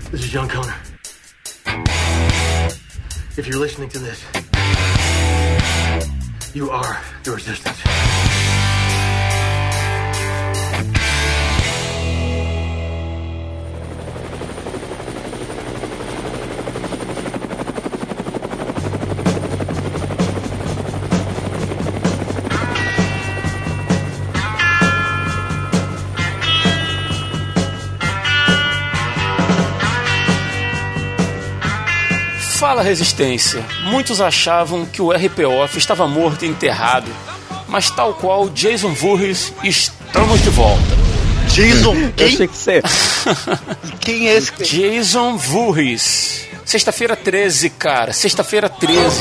This is John Connor. If you're listening to this, you are the resistance. Fala Resistência, muitos achavam que o RP Off estava morto e enterrado, mas tal qual Jason Voorhees, estamos de volta. Jason? Quem? Eu achei que você... Quem é esse? Jason Voorhees. Sexta-feira 13, cara, sexta-feira 13.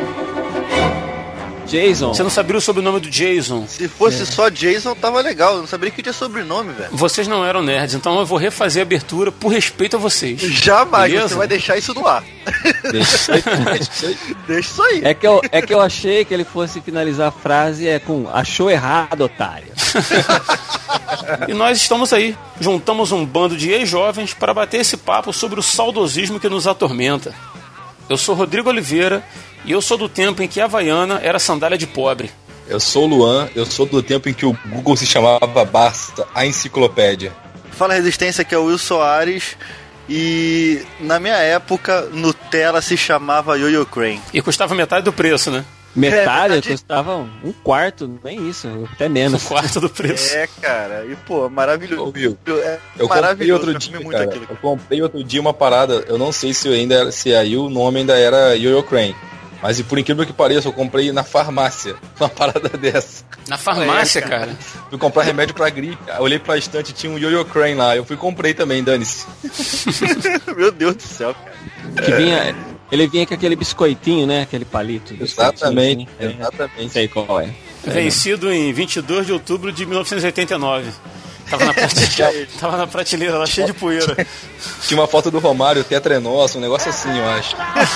Jason. Você não sabia o sobrenome do Jason? Se fosse só Jason, tava legal. Eu não sabia que tinha sobrenome, velho. Vocês não eram nerds, então eu vou refazer a abertura por respeito a vocês. Jamais, beleza? você vai deixar isso no ar. Deixa isso aí. É que eu achei que ele fosse finalizar a frase com achou errado, otário. E nós estamos aí. Juntamos um bando de ex-jovens para bater esse papo sobre o saudosismo que nos atormenta. Eu sou Rodrigo Oliveira e eu sou do tempo em que a Havaiana era sandália de pobre. Eu sou o Luan, eu sou do tempo em que o Google se chamava Basta, a enciclopédia. Fala Resistência, que é o Will Soares. E na minha época, Nutella se chamava Yo-Yo Crane. E custava metade do preço, né? Metade custava um quarto, nem isso, até menos. Um quarto do preço. É, cara, e pô, maravilhoso. Ô, Will, É eu comprei outro dia, muito cara, aquilo. eu comprei outro dia uma parada, eu não sei se aí o nome ainda era Yo-Yo Crane. Mas e por incrível que pareça, eu comprei na farmácia uma parada dessa. Na farmácia, cara? Fui comprar remédio pra gripe. Eu olhei pra estante e tinha um Yo-Yo Crane lá. Eu fui e comprei também, dane-se. Meu Deus do céu, cara. Que vinha, ele vinha com aquele biscoitinho, né? Aquele palito. Exatamente, Assim. exatamente. Sei qual é. Vencido em 22 de outubro de 1989. Tava na prateleira lá, cheio de poeira. Tinha uma foto do Romário, Tetra é nosso, um negócio assim, eu acho.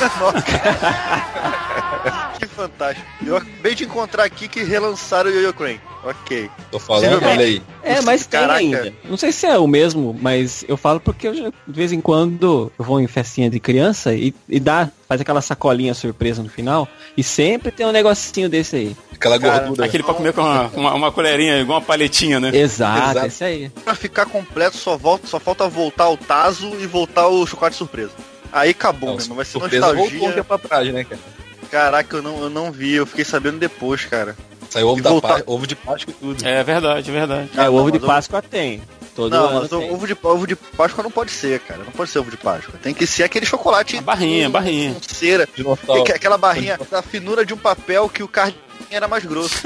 Que fantástico. Eu acabei de encontrar aqui que relançaram o Yo-Yo Crane. Ok. Tô falando, olha aí. É, mas tem Caraca. ainda. Não sei se é o mesmo, mas eu falo porque eu já, de vez em quando eu vou em festinha de criança e faz aquela sacolinha surpresa no final e sempre tem um negocinho desse aí. Aquela Cara, gordura. Aquele pra comer com uma colherinha, igual uma paletinha, né? Exato, Exato. esse aí. Pra ficar completo, só falta voltar o Tazo e voltar o chocolate surpresa. Aí acabou, Não, meu irmão. Vai ser surpresa voltou um nostalgia. tempo atrás, né, cara? Caraca, eu não vi, eu fiquei sabendo depois, cara. Saiu ovo, E voltar- ovo de Páscoa e tudo. É verdade, verdade. É, o ovo de mas Páscoa tem. Todo Não, ano mas tem. ovo de Páscoa não pode ser, cara. Não pode ser ovo de Páscoa. Tem que ser aquele chocolate A barrinha. com cera. Dinossauro. Aquela barrinha da finura de um papel que o cardinho era mais grosso.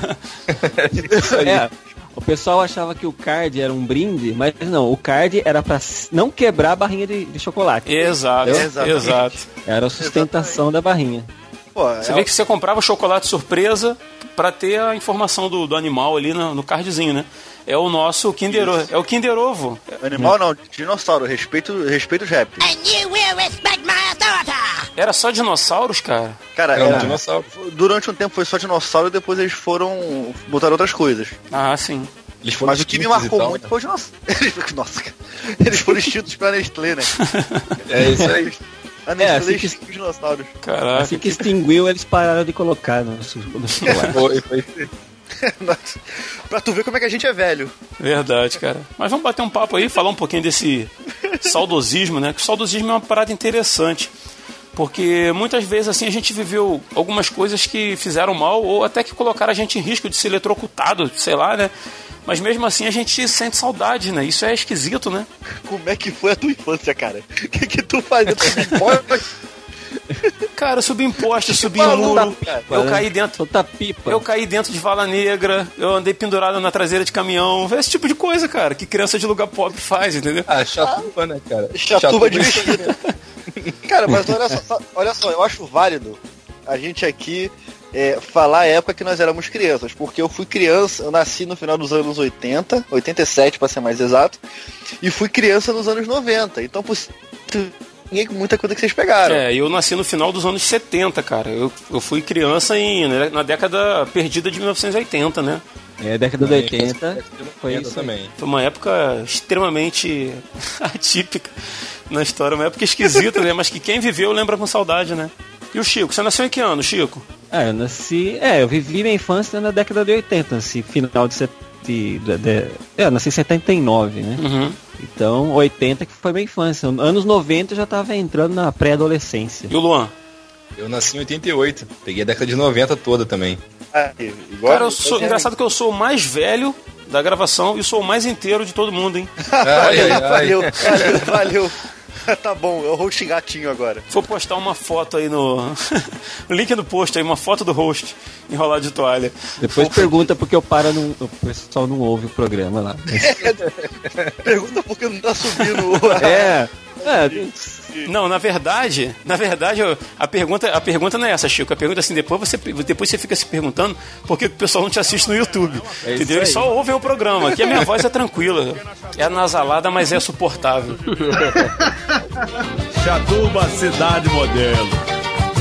É, o pessoal achava que o card era um brinde, mas não, o card era pra não quebrar a barrinha de chocolate. Exato, Exatamente. exato. Era a sustentação da barrinha. Pô, Você vê que você comprava chocolate surpresa pra ter a informação do animal ali no cardzinho, né? É o nosso Kinder Ovo. É o Kinder Ovo. animal não, dinossauro. Respeito os répteis. And you will respect my authority. Era só dinossauros, cara? Cara, Era um dinossauro. durante um tempo foi só dinossauro e depois eles botaram outras coisas. Ah, sim. Eles foram Mas o que me extintos e marcou tal, muito né? foi o dinossauro. Nossa, cara. Eles foram extintos pela Nestlé, né? É isso aí. A Nestlé assim que- extinguiu os dinossauros. Caraca. Assim que extinguiu, eles pararam de colocar no chocolate. Foi. Nossa. Pra tu ver como é que a gente é velho. Verdade, cara. Mas vamos bater um papo aí, falar um pouquinho desse saudosismo, né? Que o saudosismo é uma parada interessante. Porque muitas vezes assim a gente viveu algumas coisas que fizeram mal ou até que colocaram a gente em risco de ser eletrocutado, sei lá, né? Mas mesmo assim a gente sente saudade, né? Isso é esquisito, né? Como é que foi a tua infância, cara? O que tu fazia? Cara, eu subi em poste, subi em maluco, muro, cara. eu caí dentro. Solta pipa. Eu caí dentro de vala negra, eu andei pendurado na traseira de caminhão. Esse tipo de coisa, cara, que criança de lugar pobre faz, entendeu? Ah, chatuba, né, cara? Chatuba de vestido. Cara, mas olha só, eu acho válido a gente aqui falar a época que nós éramos crianças, porque eu fui criança, eu nasci no final dos anos 80, 87 pra ser mais exato, e fui criança nos anos 90, então ninguém com muita coisa que vocês pegaram. Eu nasci no final dos anos 70, cara. Eu fui criança na década perdida de 1980, né? É, década de 80 foi isso também. Foi uma época extremamente atípica. na história, uma época esquisita, né? Mas que quem viveu lembra com saudade, né? E o Chico? Você nasceu em que ano, Chico? Eu vivi minha infância na década de 80, assim, final eu nasci em 79, né? Uhum. Então, 80 que foi minha infância. Anos 90 eu já tava entrando na pré-adolescência. E o Luan? Eu nasci em 88, peguei a década de 90 toda também. Igual Cara, engraçado que eu sou o mais velho da gravação e sou o mais inteiro de todo mundo, hein? Valeu. Tá bom, eu host gatinho agora. Vou postar uma foto aí no link do post aí, uma foto do host enrolado de toalha. Depois pergunta porque o pessoal não ouve o programa lá. Pergunta porque não tá subindo Não, na verdade, a pergunta não é essa, Chico. A pergunta é assim, depois você fica se perguntando por que o pessoal não te assiste no YouTube. Entendeu? Eles só ouvem o programa. Aqui a minha voz é tranquila. É anasalada, mas é suportável. Chatuba, cidade modelo.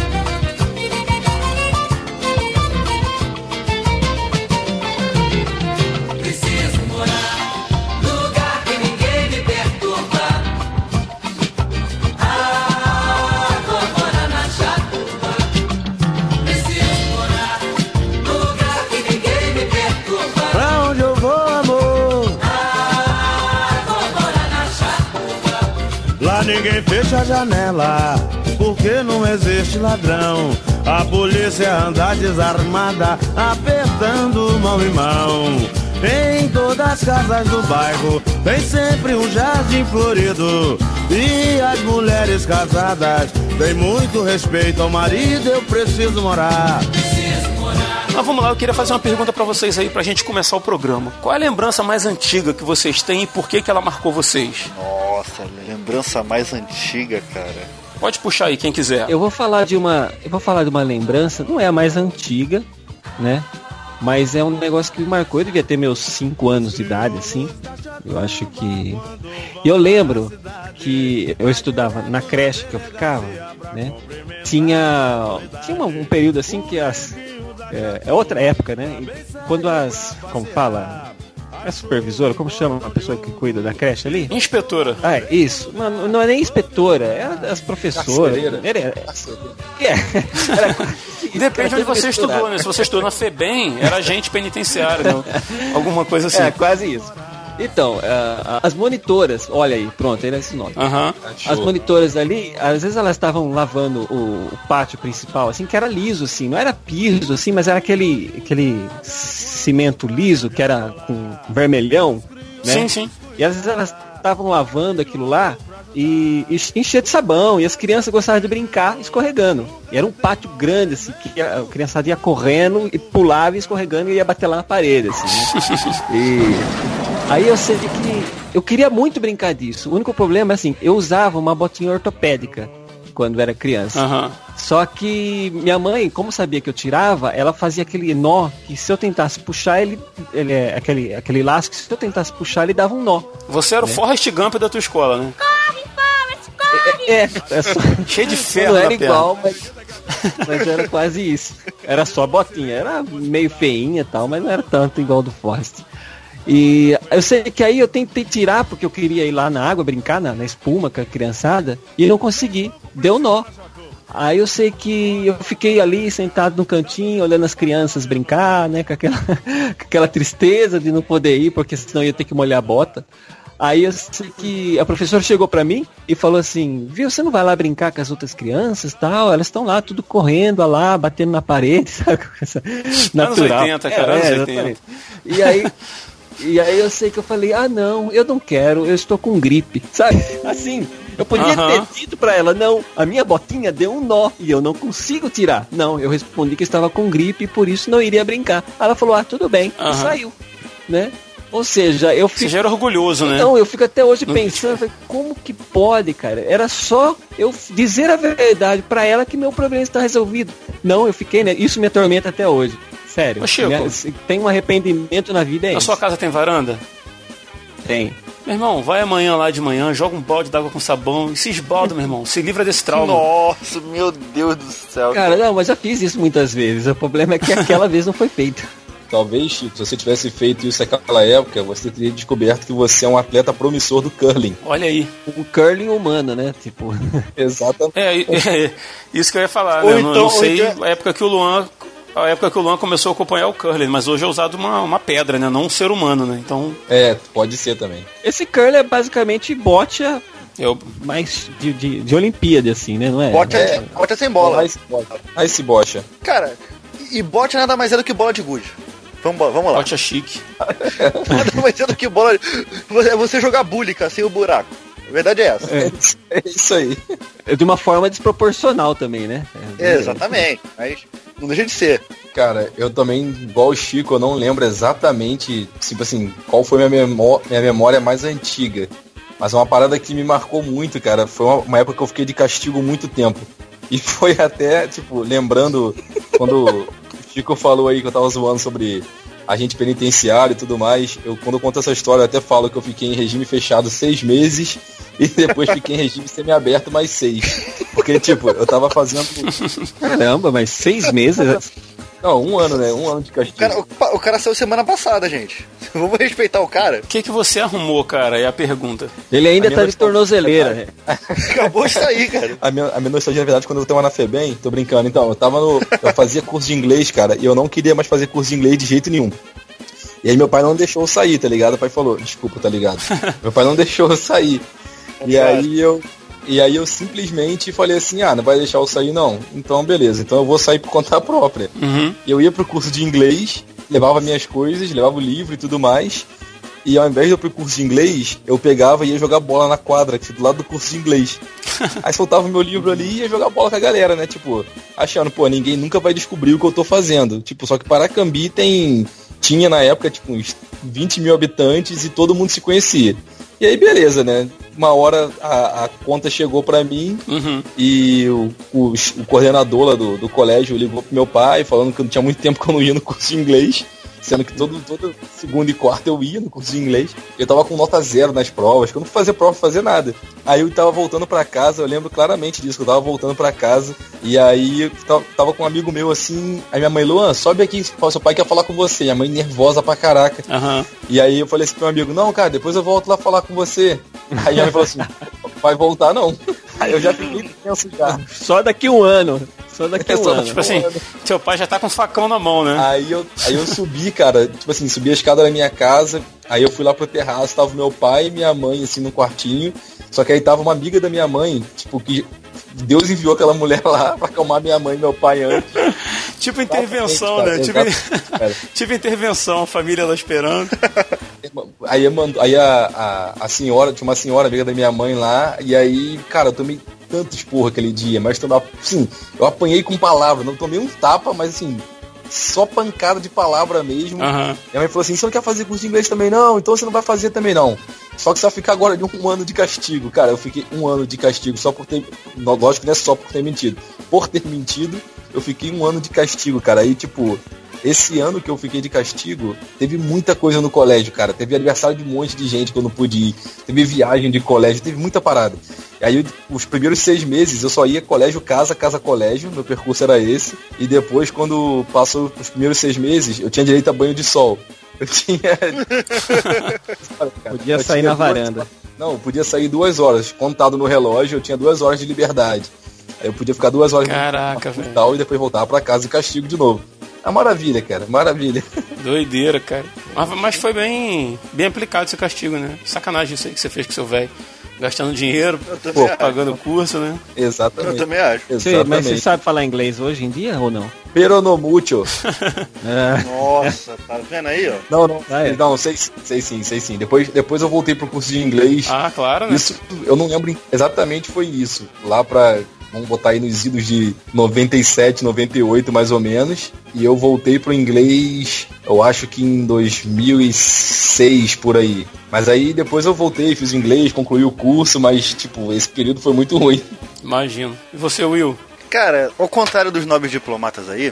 Ninguém fecha a janela, porque não existe ladrão. A polícia anda desarmada, apertando mão em mão. Em todas as casas do bairro tem sempre um jardim florido. E as mulheres casadas têm muito respeito ao marido. Eu preciso morar. Mas vamos lá, eu queria fazer uma pergunta pra vocês aí, pra gente começar o programa. Qual é a lembrança mais antiga que vocês têm e por que ela marcou vocês? Nossa, lembrança mais antiga, cara. Pode puxar aí, quem quiser. Eu vou falar de uma lembrança, não é a mais antiga, né? Mas é um negócio que me marcou. Eu devia ter meus 5 anos de idade, assim. Eu acho que... Eu lembro que eu estudava na creche que eu ficava, né? Tinha um período assim que é outra época, né? Quando como fala... É supervisora? Como chama a pessoa que cuida da creche ali? Inspetora. Isso. Não é nem inspetora, é as professoras. Depende de onde você estudou, né? Se você estudou na FEBEM, era agente penitenciário, não? Alguma coisa assim. É, quase isso. Então, as monitoras, olha aí, pronto, era esse nome. Uhum. As monitoras ali, às vezes elas estavam lavando o pátio principal, assim, que era liso, assim, não era piso, assim, mas era aquele cimento liso, que era com vermelhão, né? Sim, sim. E às vezes elas estavam lavando aquilo lá e enchia de sabão, e as crianças gostavam de brincar escorregando. E era um pátio grande, assim, que a criançada ia correndo e pulava e escorregando e ia bater lá na parede, assim, né? Aí eu sei que eu queria muito brincar disso. O único problema é assim, eu usava uma botinha ortopédica quando era criança. Uhum. Só que minha mãe, como sabia que eu tirava, ela fazia aquele nó que se eu tentasse puxar, ele aquele laço que se eu tentasse puxar, ele dava um nó. Você era o Forrest Gump da tua escola, né? Corre, Forrest, corre! É só... Cheio de ferro. Não era igual, mas era quase isso. Era só a botinha, era meio feinha e tal, mas não era tanto igual do Forrest. E eu sei que aí eu tentei tirar, porque eu queria ir lá na água, brincar na espuma com a criançada, e não consegui, deu nó. Aí eu sei que eu fiquei ali sentado no cantinho, olhando as crianças brincar, né, com aquela tristeza de não poder ir, porque senão eu ia ter que molhar a bota. Aí eu sei que a professora chegou pra mim e falou assim, viu, você não vai lá brincar com as outras crianças, tal? Elas estão lá, tudo correndo lá, batendo na parede, sabe? Natural. Anos 80, cara, anos 80. E aí eu sei que eu falei, não, eu não quero, eu estou com gripe, sabe? Assim, eu podia ter dito pra ela, não, a minha botinha deu um nó e eu não consigo tirar. Não, eu respondi que estava com gripe e por isso não iria brincar. Ela falou, tudo bem, e saiu, né? Ou seja, eu fico... Você já era orgulhoso, né? Não, eu fico até hoje pensando, como que pode, cara? Era só eu dizer a verdade pra ela que meu problema está resolvido. Não, eu fiquei, né? Isso me atormenta até hoje. Sério. Ô, Chico, tem um arrependimento na vida, Na sua casa tem varanda? Tem. Meu irmão, vai amanhã lá de manhã, joga um balde d'água com sabão e se esbalda, meu irmão. Se livra desse trauma. Nossa, meu Deus do céu. Cara, não, mas já fiz isso muitas vezes. O problema é que aquela vez não foi feito. talvez, Chico, se você tivesse feito isso naquela época, você teria descoberto que você é um atleta promissor do curling. Olha aí. Um curling humano, né? Tipo. Exatamente. Isso que eu ia falar, né? Não sei a época que o Luan começou a acompanhar o curling, mas hoje é usado uma pedra, né? Não um ser humano, né? Então... pode ser também. Esse curling é basicamente bocha, mais de Olimpíada, assim, né? Não é? Bocha sem bola. Ice bocha. Cara, e bocha nada mais é do que bola de gude. Vamos lá. Bocha chique. Nada mais é do que bola... É você jogar búlica sem o buraco. A verdade é essa. É isso aí. É de uma forma desproporcional também, né? Exatamente, mas não deixa de ser. Cara, eu também, igual o Chico, eu não lembro exatamente, tipo assim, qual foi minha memória mais antiga. Mas uma parada que me marcou muito, cara, foi uma época que eu fiquei de castigo muito tempo. E foi até, tipo, lembrando quando o Chico falou aí que eu tava zoando sobre agente penitenciário e tudo mais. Quando eu conto essa história, eu até falo que eu fiquei em regime fechado 6 meses e depois fiquei em regime semiaberto mais 6. Porque, tipo, eu tava fazendo... Caramba, mas 6 meses? Não, 1 ano, né? 1 ano de castigo. O cara saiu semana passada, gente. Vamos respeitar o cara. O que você arrumou, cara? É a pergunta. Ele ainda tá de tornozeleira. Acabou de sair, cara. A minha nostalgia, na verdade, quando eu tava na FEBEM, tô brincando, então, eu fazia curso de inglês, cara, e eu não queria mais fazer curso de inglês de jeito nenhum. E aí meu pai não deixou eu sair, tá ligado? O pai falou, desculpa, tá ligado? Meu pai não deixou eu sair. E aí eu simplesmente falei assim, não vai deixar eu sair não. Então beleza, então eu vou sair por conta própria. Uhum. Eu ia pro curso de inglês, levava minhas coisas, levava o livro e tudo mais. E ao invés de eu ir pro curso de inglês, eu pegava e ia jogar bola na quadra, que do lado do curso de inglês. Aí soltava o meu livro ali e ia jogar bola com a galera, né? Tipo, achando, ninguém nunca vai descobrir o que eu tô fazendo. Tipo, só que Paracambi tinha na época, tipo, uns 20 mil habitantes e todo mundo se conhecia. E aí, beleza, né? Uma hora a conta chegou pra mim e o coordenador lá do colégio ligou pro meu pai falando que não tinha muito tempo que eu não ia no curso de inglês, sendo que toda segunda e quarta eu ia no curso de inglês. Eu tava com nota 0 nas provas, que eu não fazia prova, não fazia nada. Aí eu tava voltando pra casa, eu lembro claramente disso, que eu tava voltando pra casa, e aí eu tava com um amigo meu assim, aí minha mãe, Luan, sobe aqui, seu pai quer falar com você. Minha mãe nervosa pra caraca. E aí eu falei assim pro meu amigo, não, cara, depois eu volto lá falar com você. Aí minha mãe falou assim, vai voltar não. Aí eu já fiquei tenso já. Só daqui um ano. Só daqui um ano. Tipo assim, seu pai já tá com um facão na mão, né? Aí eu subi, cara, tipo assim, subi a escada da minha casa, aí eu fui lá pro terraço, tava meu pai e minha mãe, assim, no quartinho, só que aí tava uma amiga da minha mãe, tipo, que Deus enviou aquela mulher lá pra acalmar minha mãe e meu pai antes. Tipo intervenção, né? Tipo intervenção, a família lá esperando. Aí a senhora, tinha uma senhora amiga da minha mãe lá, e aí, cara, eu tomei tanto esporro aquele dia, mas assim, eu apanhei com palavra, não tomei um tapa, mas assim, só pancada de palavra mesmo. Minha mãe falou assim, você não quer fazer curso de inglês também não? Então você não vai fazer também não. Só que você vai ficar agora de 1 ano de castigo. Cara, eu fiquei 1 ano de castigo só por ter... Lógico que não é só por ter mentido. Por ter mentido, eu fiquei 1 ano de castigo, cara. Aí, tipo, esse ano que eu fiquei de castigo, teve muita coisa no colégio, cara. Teve aniversário de um monte de gente que eu não pude ir. Teve viagem de colégio, teve muita parada. E aí, os primeiros 6 meses, eu só ia colégio, casa, colégio. Meu percurso era esse. E depois, quando passou os primeiros 6 meses, eu tinha direito a banho de sol. Eu tinha... Podia sair na varanda. Não, eu podia sair 2 horas. Contado no relógio, eu tinha 2 horas de liberdade. Aí eu podia ficar 2 horas velho. E depois voltar pra casa e castigo de novo. É maravilha, cara. Maravilha. Doideira, cara. Mas foi bem aplicado esse castigo, né? Sacanagem isso aí que você fez com seu velho. Gastando dinheiro, pagando o curso, né? Exatamente. Eu também acho. Mas você sabe falar inglês hoje em dia ou não? Pero no mucho. Nossa, tá vendo aí, ó? Não, sei sim. Depois eu voltei pro curso de inglês. Ah, claro, né? Isso, eu não lembro exatamente, foi isso. Lá pra... Vamos botar aí nos idos de 97, 98 mais ou menos. E eu voltei pro inglês, eu acho que em 2006 por aí. Mas aí depois eu voltei, fiz inglês, concluí o curso, mas tipo, esse período foi muito ruim. Imagino. E você, Will? Cara, ao contrário dos nobres diplomatas aí,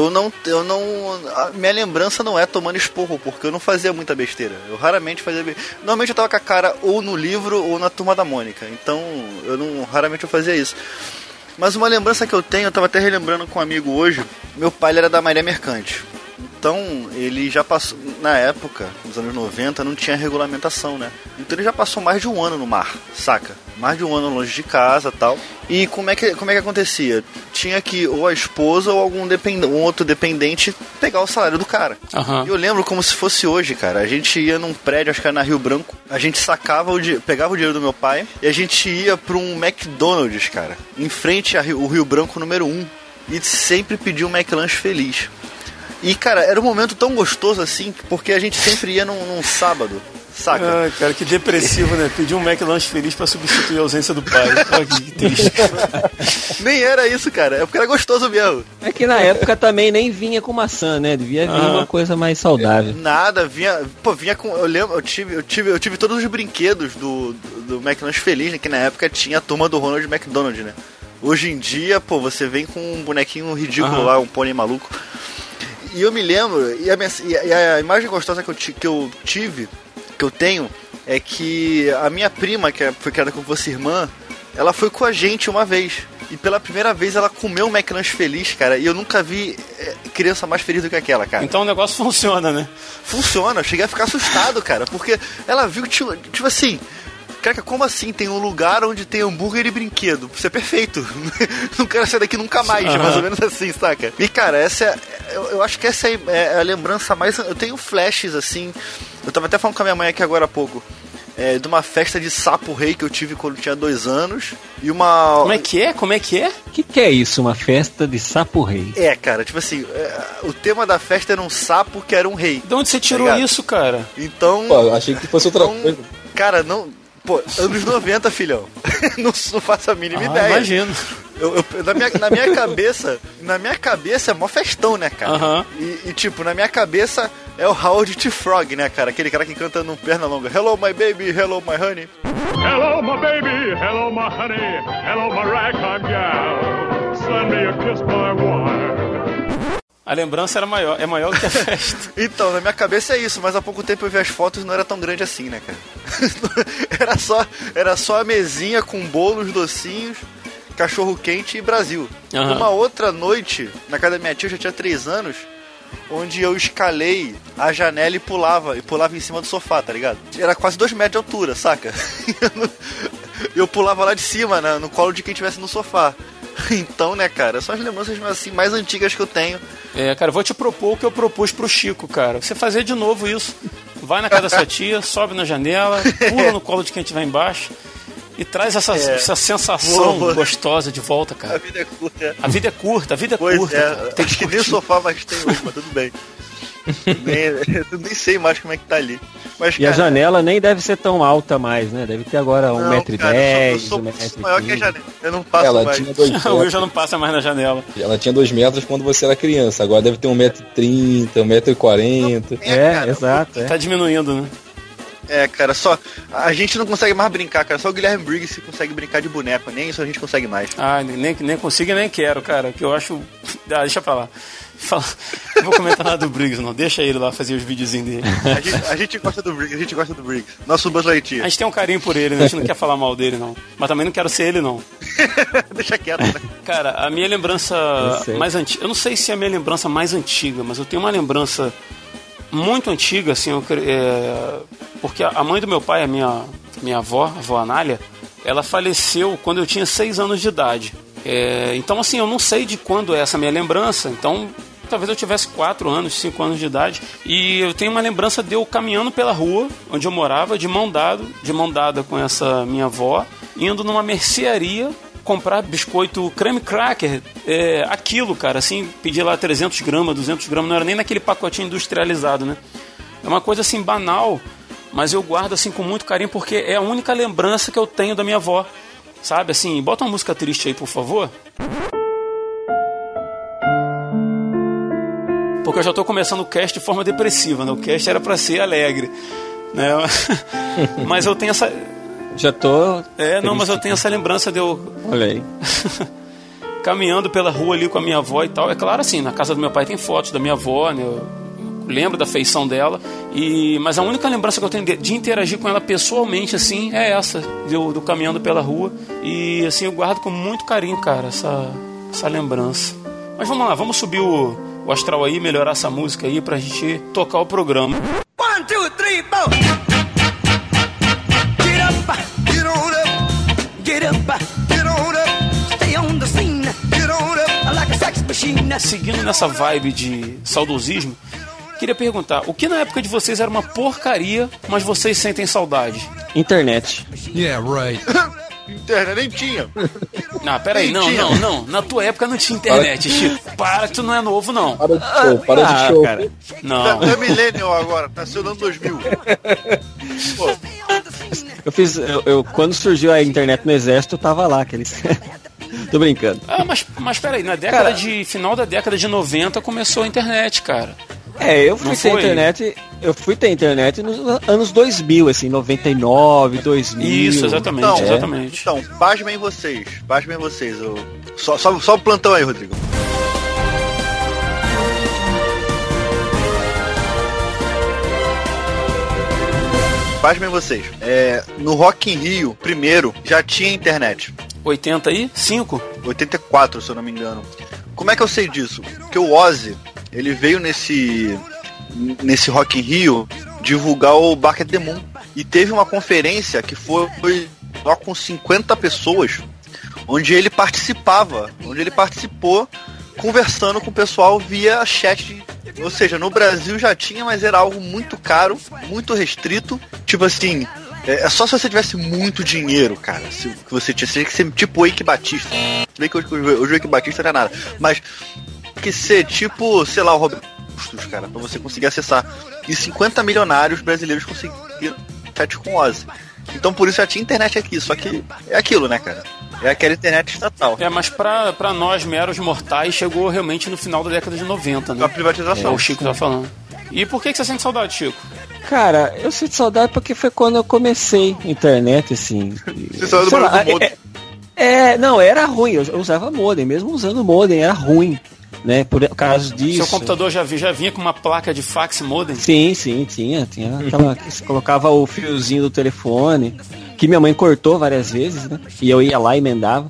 minha lembrança não é tomando esporro, porque eu não fazia muita besteira. Eu raramente fazia Normalmente eu tava com a cara ou no livro ou na Turma da Mônica. Então, raramente eu fazia isso. Mas uma lembrança que eu tenho, eu tava até relembrando com um amigo hoje, meu pai ele era da Maria Mercante. Então, ele já passou, na época, nos anos 90, não tinha regulamentação, né? Então ele já passou mais de um ano no mar, saca? Mais de um ano longe de casa e tal. E como é que acontecia? Tinha que ou a esposa ou um outro dependente pegar o salário do cara. Uhum. E eu lembro como se fosse hoje, cara. A gente ia num prédio, acho que era na Rio Branco, a gente pegava o dinheiro do meu pai e a gente ia pra um McDonald's, cara, em frente ao Rio Branco número 1. E sempre pedia um McLanche feliz. E, cara, era um momento tão gostoso assim, porque a gente sempre ia num sábado, saca? Ai, cara, que depressivo, né? Pedir um McLanche feliz pra substituir a ausência do pai. Olha que triste. Nem era isso, cara. É porque era gostoso mesmo. É que na época também nem vinha com maçã, né? Devia vir uma coisa mais saudável. Nada, vinha com... Eu lembro, eu tive todos os brinquedos do McLanche feliz, né? Que na época tinha a turma do Ronald McDonald, né? Hoje em dia, pô, você vem com um bonequinho ridículo lá, um pônei maluco. E eu me lembro, e a imagem gostosa que eu tenho, é que a minha prima, que foi criada como fosse irmã, ela foi com a gente uma vez. E pela primeira vez ela comeu um McLanche feliz, cara. E eu nunca vi criança mais feliz do que aquela, cara. Então o negócio funciona, né? Funciona, eu cheguei a ficar assustado, cara. Porque ela viu que, tipo assim... Cara, como assim? Tem um lugar onde tem hambúrguer e brinquedo. Isso é perfeito. Não quero sair daqui nunca mais, mais ou menos assim, saca? E, cara, eu acho que essa é a lembrança mais... Eu tenho flashes, assim... Eu tava até falando com a minha mãe aqui agora há pouco. De uma festa de sapo rei que eu tive quando eu tinha 2 anos. E uma... Como é que é? O que é isso, uma festa de sapo rei? Cara, tipo assim... o tema da festa era um sapo que era um rei. De onde você tirou isso, cara? Então... Pô, achei que fosse outra coisa. Cara, não... Pô, anos 90, filhão. não faço a mínima ideia. Imagino. Na minha cabeça é mó festão, né, cara? Uhum. E tipo, na minha cabeça é o Howard T. Frog, né, cara? Aquele cara que canta no perna longa. Hello, my baby, hello, my honey. Hello, my baby, hello, my honey, hello, my ragtime gal. Send me a kiss, my wife. A lembrança é maior do que a festa. Então, na minha cabeça é isso, mas há pouco tempo eu vi as fotos e não era tão grande assim, né, cara? era só a mesinha com bolos, docinhos, cachorro quente e Brasil. Uhum. Uma outra noite, na casa da minha tia, eu já tinha 3 anos, onde eu escalei a janela e pulava em cima do sofá, tá ligado? Era quase 2 metros de altura, saca? Eu pulava lá de cima, né, no colo de quem estivesse no sofá. Então, né, cara, são as lembranças assim, mais antigas que eu tenho. Cara, eu vou te propor o que eu propus pro Chico, cara. Você fazer de novo isso. Vai na casa da sua tia, sobe na janela, pula no colo de quem estiver embaixo e traz essa sensação gostosa de volta, cara. A vida é curta. A vida é curta, Pois é. Cara. Tem Acho que nem o sofá mais tem hoje, mas tudo bem. Eu nem sei mais como é que tá ali. Mas, e cara, a janela nem deve ser tão alta mais, né? Deve ter agora 1,10m. Eu sou maior que a janela. Eu não passo ela mais. Tinha 2 metros. O Will já não passa mais na janela. Ela tinha 2 metros quando você era criança. Agora deve ter 1,30m, 1,40m. Cara, exato. Tá diminuindo, né? Cara, só... A gente não consegue mais brincar, cara. Só o Guilherme Briggs consegue brincar de boneco. Nem isso a gente consegue mais. Nem consigo e nem quero, cara. Que eu acho... deixa pra lá. Não vou comentar nada do Briggs, não. Deixa ele lá fazer os videozinhos dele. A gente gosta do Briggs, Nosso Buzz Lightyear. A gente tem um carinho por ele, né? A gente não quer falar mal dele, não. Mas também não quero ser ele, não. Deixa quieto, né? Cara, a minha lembrança mais antiga... Eu não sei se é a minha lembrança mais antiga, mas eu tenho uma lembrança muito antiga, assim, porque a mãe do meu pai, a minha avó, a avó Anália, ela faleceu quando eu tinha 6 anos de idade. Então, assim, eu não sei de quando é essa minha lembrança. Então, talvez eu tivesse 4 anos, 5 anos de idade. E eu tenho uma lembrança de eu caminhando pela rua onde eu morava, de mão dada com essa minha avó, indo numa mercearia comprar biscoito creme cracker, aquilo, cara, assim, pedir lá 300 gramas, 200 gramas, não era nem naquele pacotinho industrializado, né? É uma coisa, assim, banal, mas eu guardo, assim, com muito carinho, porque é a única lembrança que eu tenho da minha avó, sabe? Assim, bota uma música triste aí, por favor. Porque eu já tô começando o cast de forma depressiva, né? O cast era pra ser alegre, né? Mas eu tenho essa... Já tô... mas eu tenho essa lembrança de eu... Olha aí. Caminhando pela rua ali com a minha avó e tal. É claro, assim, na casa do meu pai tem fotos da minha avó, né? Eu lembro da feição dela. Mas a única lembrança que eu tenho de interagir com ela pessoalmente, assim, é essa. Do caminhando pela rua. E, assim, eu guardo com muito carinho, cara, essa lembrança. Mas vamos lá, vamos subir o o astral aí, melhorar essa música aí pra gente tocar o programa. 1, 2, 3, 4. Get up, get on up, get up, get on up, stay on the scene, get on up, like a sex machine. Seguindo nessa vibe de saudosismo, queria perguntar, o que na época de vocês era uma porcaria, mas vocês sentem saudade? Internet. Yeah, right. Internet nem tinha. Ah, peraí, não. Na tua época não tinha internet, Chico. Para que tu não é novo, não. Para de show. Cara. Não. É millennial agora, nasceu no ano 2000. Pô, Eu quando surgiu a internet no exército, eu tava lá, aqueles... Tô brincando. Ah, mas peraí, na década final da década de 90 começou a internet, cara. Eu fui ter internet nos anos 2000, assim, 99, 2000. Isso, exatamente. Então, pasmem vocês. Só o plantão aí, Rodrigo. Pasmem vocês. No Rock in Rio, primeiro, já tinha internet. 85? 84, se eu não me engano. Como é que eu sei disso? Porque o Ozzy, ele veio nesse Rock in Rio divulgar o Bark at the Moon. E teve uma conferência que foi só com 50 pessoas, onde ele participou conversando com o pessoal via chat. Ou seja, no Brasil já tinha, mas era algo muito caro, muito restrito. Tipo assim, é só se você tivesse muito dinheiro, cara. Se você tinha que ser tipo o Eike Batista. Se bem que o Eike Batista não é nada. Mas que ser tipo, sei lá, o Roberto Justus, cara, pra você conseguir acessar. E 50 milionários brasileiros conseguiram chat com Ozzy. Então por isso já tinha internet aqui. Só que é aquilo, né, cara? É aquela internet estatal. Mas pra nós, meros mortais, chegou realmente no final da década de 90, né? A privatização. O Chico tá falando. E por que você sente saudade, Chico? Cara, eu sinto saudade porque foi quando eu comecei internet, assim. Você saiu do modem? Não, era ruim. Eu usava modem, mesmo usando modem, era ruim, né? Por causa disso. Seu computador já vinha com uma placa de fax modem? Sim, tinha aquela que você colocava o fiozinho do telefone, que minha mãe cortou várias vezes, né? E eu ia lá e emendava.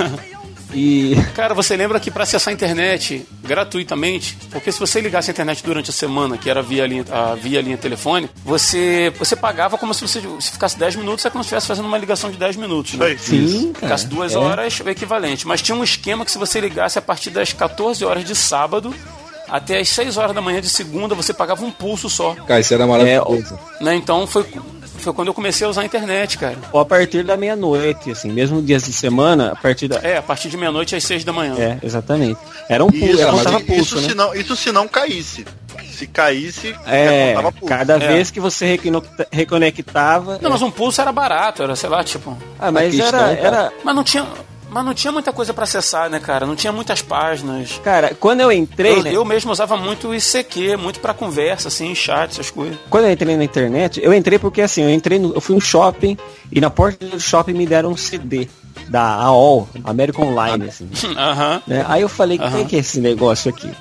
E... Cara, você lembra que para acessar a internet gratuitamente, porque se você ligasse a internet durante a semana, que era via linha telefone, você pagava como se você ficasse 10 minutos, é como se estivesse fazendo uma ligação de 10 minutos, né? Sim, cara. Ficasse 2 horas, o equivalente. Mas tinha um esquema que se você ligasse a partir das 14 horas de sábado até as 6 horas da manhã de segunda, você pagava um pulso só. Cara, isso era maravilhoso. Né? Então foi quando eu comecei a usar a internet, cara. Ou a partir da meia-noite, assim, mesmo dias de semana, a partir de meia-noite às 6 da manhã. Exatamente. Era um pulso, isso, né? Isso se não caísse. Se caísse, contava pulso. Cada vez que você reconectava... Não, mas um pulso era barato, era, sei lá, tipo... Mas era... Mas não tinha muita coisa pra acessar, né, cara? Não tinha muitas páginas. Cara, quando eu entrei... Eu mesmo usava muito ICQ, muito pra conversa, assim, chat, essas coisas. Quando eu entrei na internet, eu entrei porque, assim, eu fui no shopping e na porta do shopping me deram um CD da AOL, American Online, assim. Né? Aí eu falei, o que é esse negócio aqui?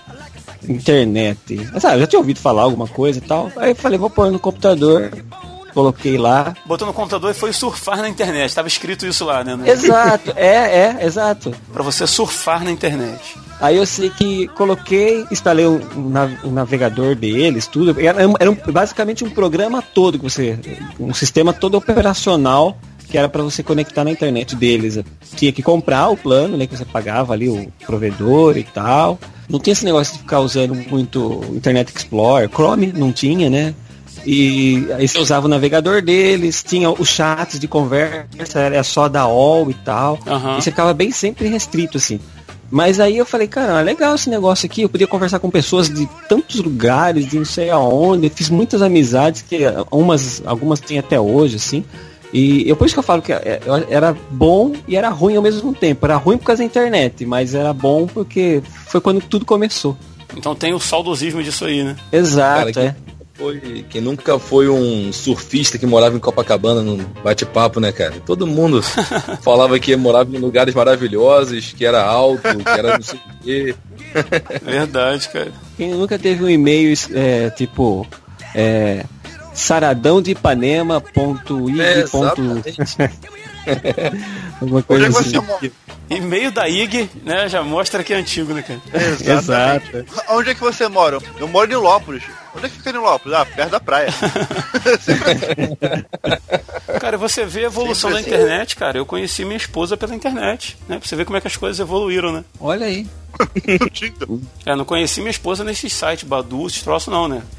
Internet. Mas, eu já tinha ouvido falar alguma coisa e tal. Aí eu falei, vou pôr no computador... Coloquei lá. Botou no computador e foi surfar na internet. Tava escrito isso lá, né? Exato, exato. Pra você surfar na internet. Aí eu sei que coloquei, instalei o navegador deles, tudo. Era basicamente um programa todo, um sistema todo operacional que era para você conectar na internet deles. Tinha que comprar o plano, né, que você pagava ali o provedor e tal. Não tinha esse negócio de ficar usando muito Internet Explorer. Chrome não tinha, né? E aí você usava o navegador deles, tinha os chats de conversa, era só da AOL e tal. E você ficava bem sempre restrito, assim. Mas aí eu falei, cara, legal esse negócio aqui, eu podia conversar com pessoas de tantos lugares, de não sei aonde, eu fiz muitas amizades, que algumas tem até hoje, assim. E por isso que eu falo que era bom e era ruim ao mesmo tempo. Era ruim por causa da internet, mas era bom porque foi quando tudo começou. Então tem o saudosismo disso aí, né? Exato, cara, quem nunca foi um surfista que morava em Copacabana no bate-papo, né, cara? Todo mundo falava que morava em lugares maravilhosos, que era alto, que era não sei o quê. Verdade, cara. Quem nunca teve um e-mail tipo saradão de Ipanema.ig. Alguma coisa assim. E-mail da IG, né? Já mostra que é antigo, né, cara? Exato. Onde é que você mora? Eu moro em Nilópolis. Onde é que fica Nilópolis? Ah, perto da praia. Cara, você vê a evolução da internet, cara. Eu conheci minha esposa pela internet, né? Pra você ver como é que as coisas evoluíram, né? Olha aí. Não conheci minha esposa nesses sites, Badu, esses troços não, né?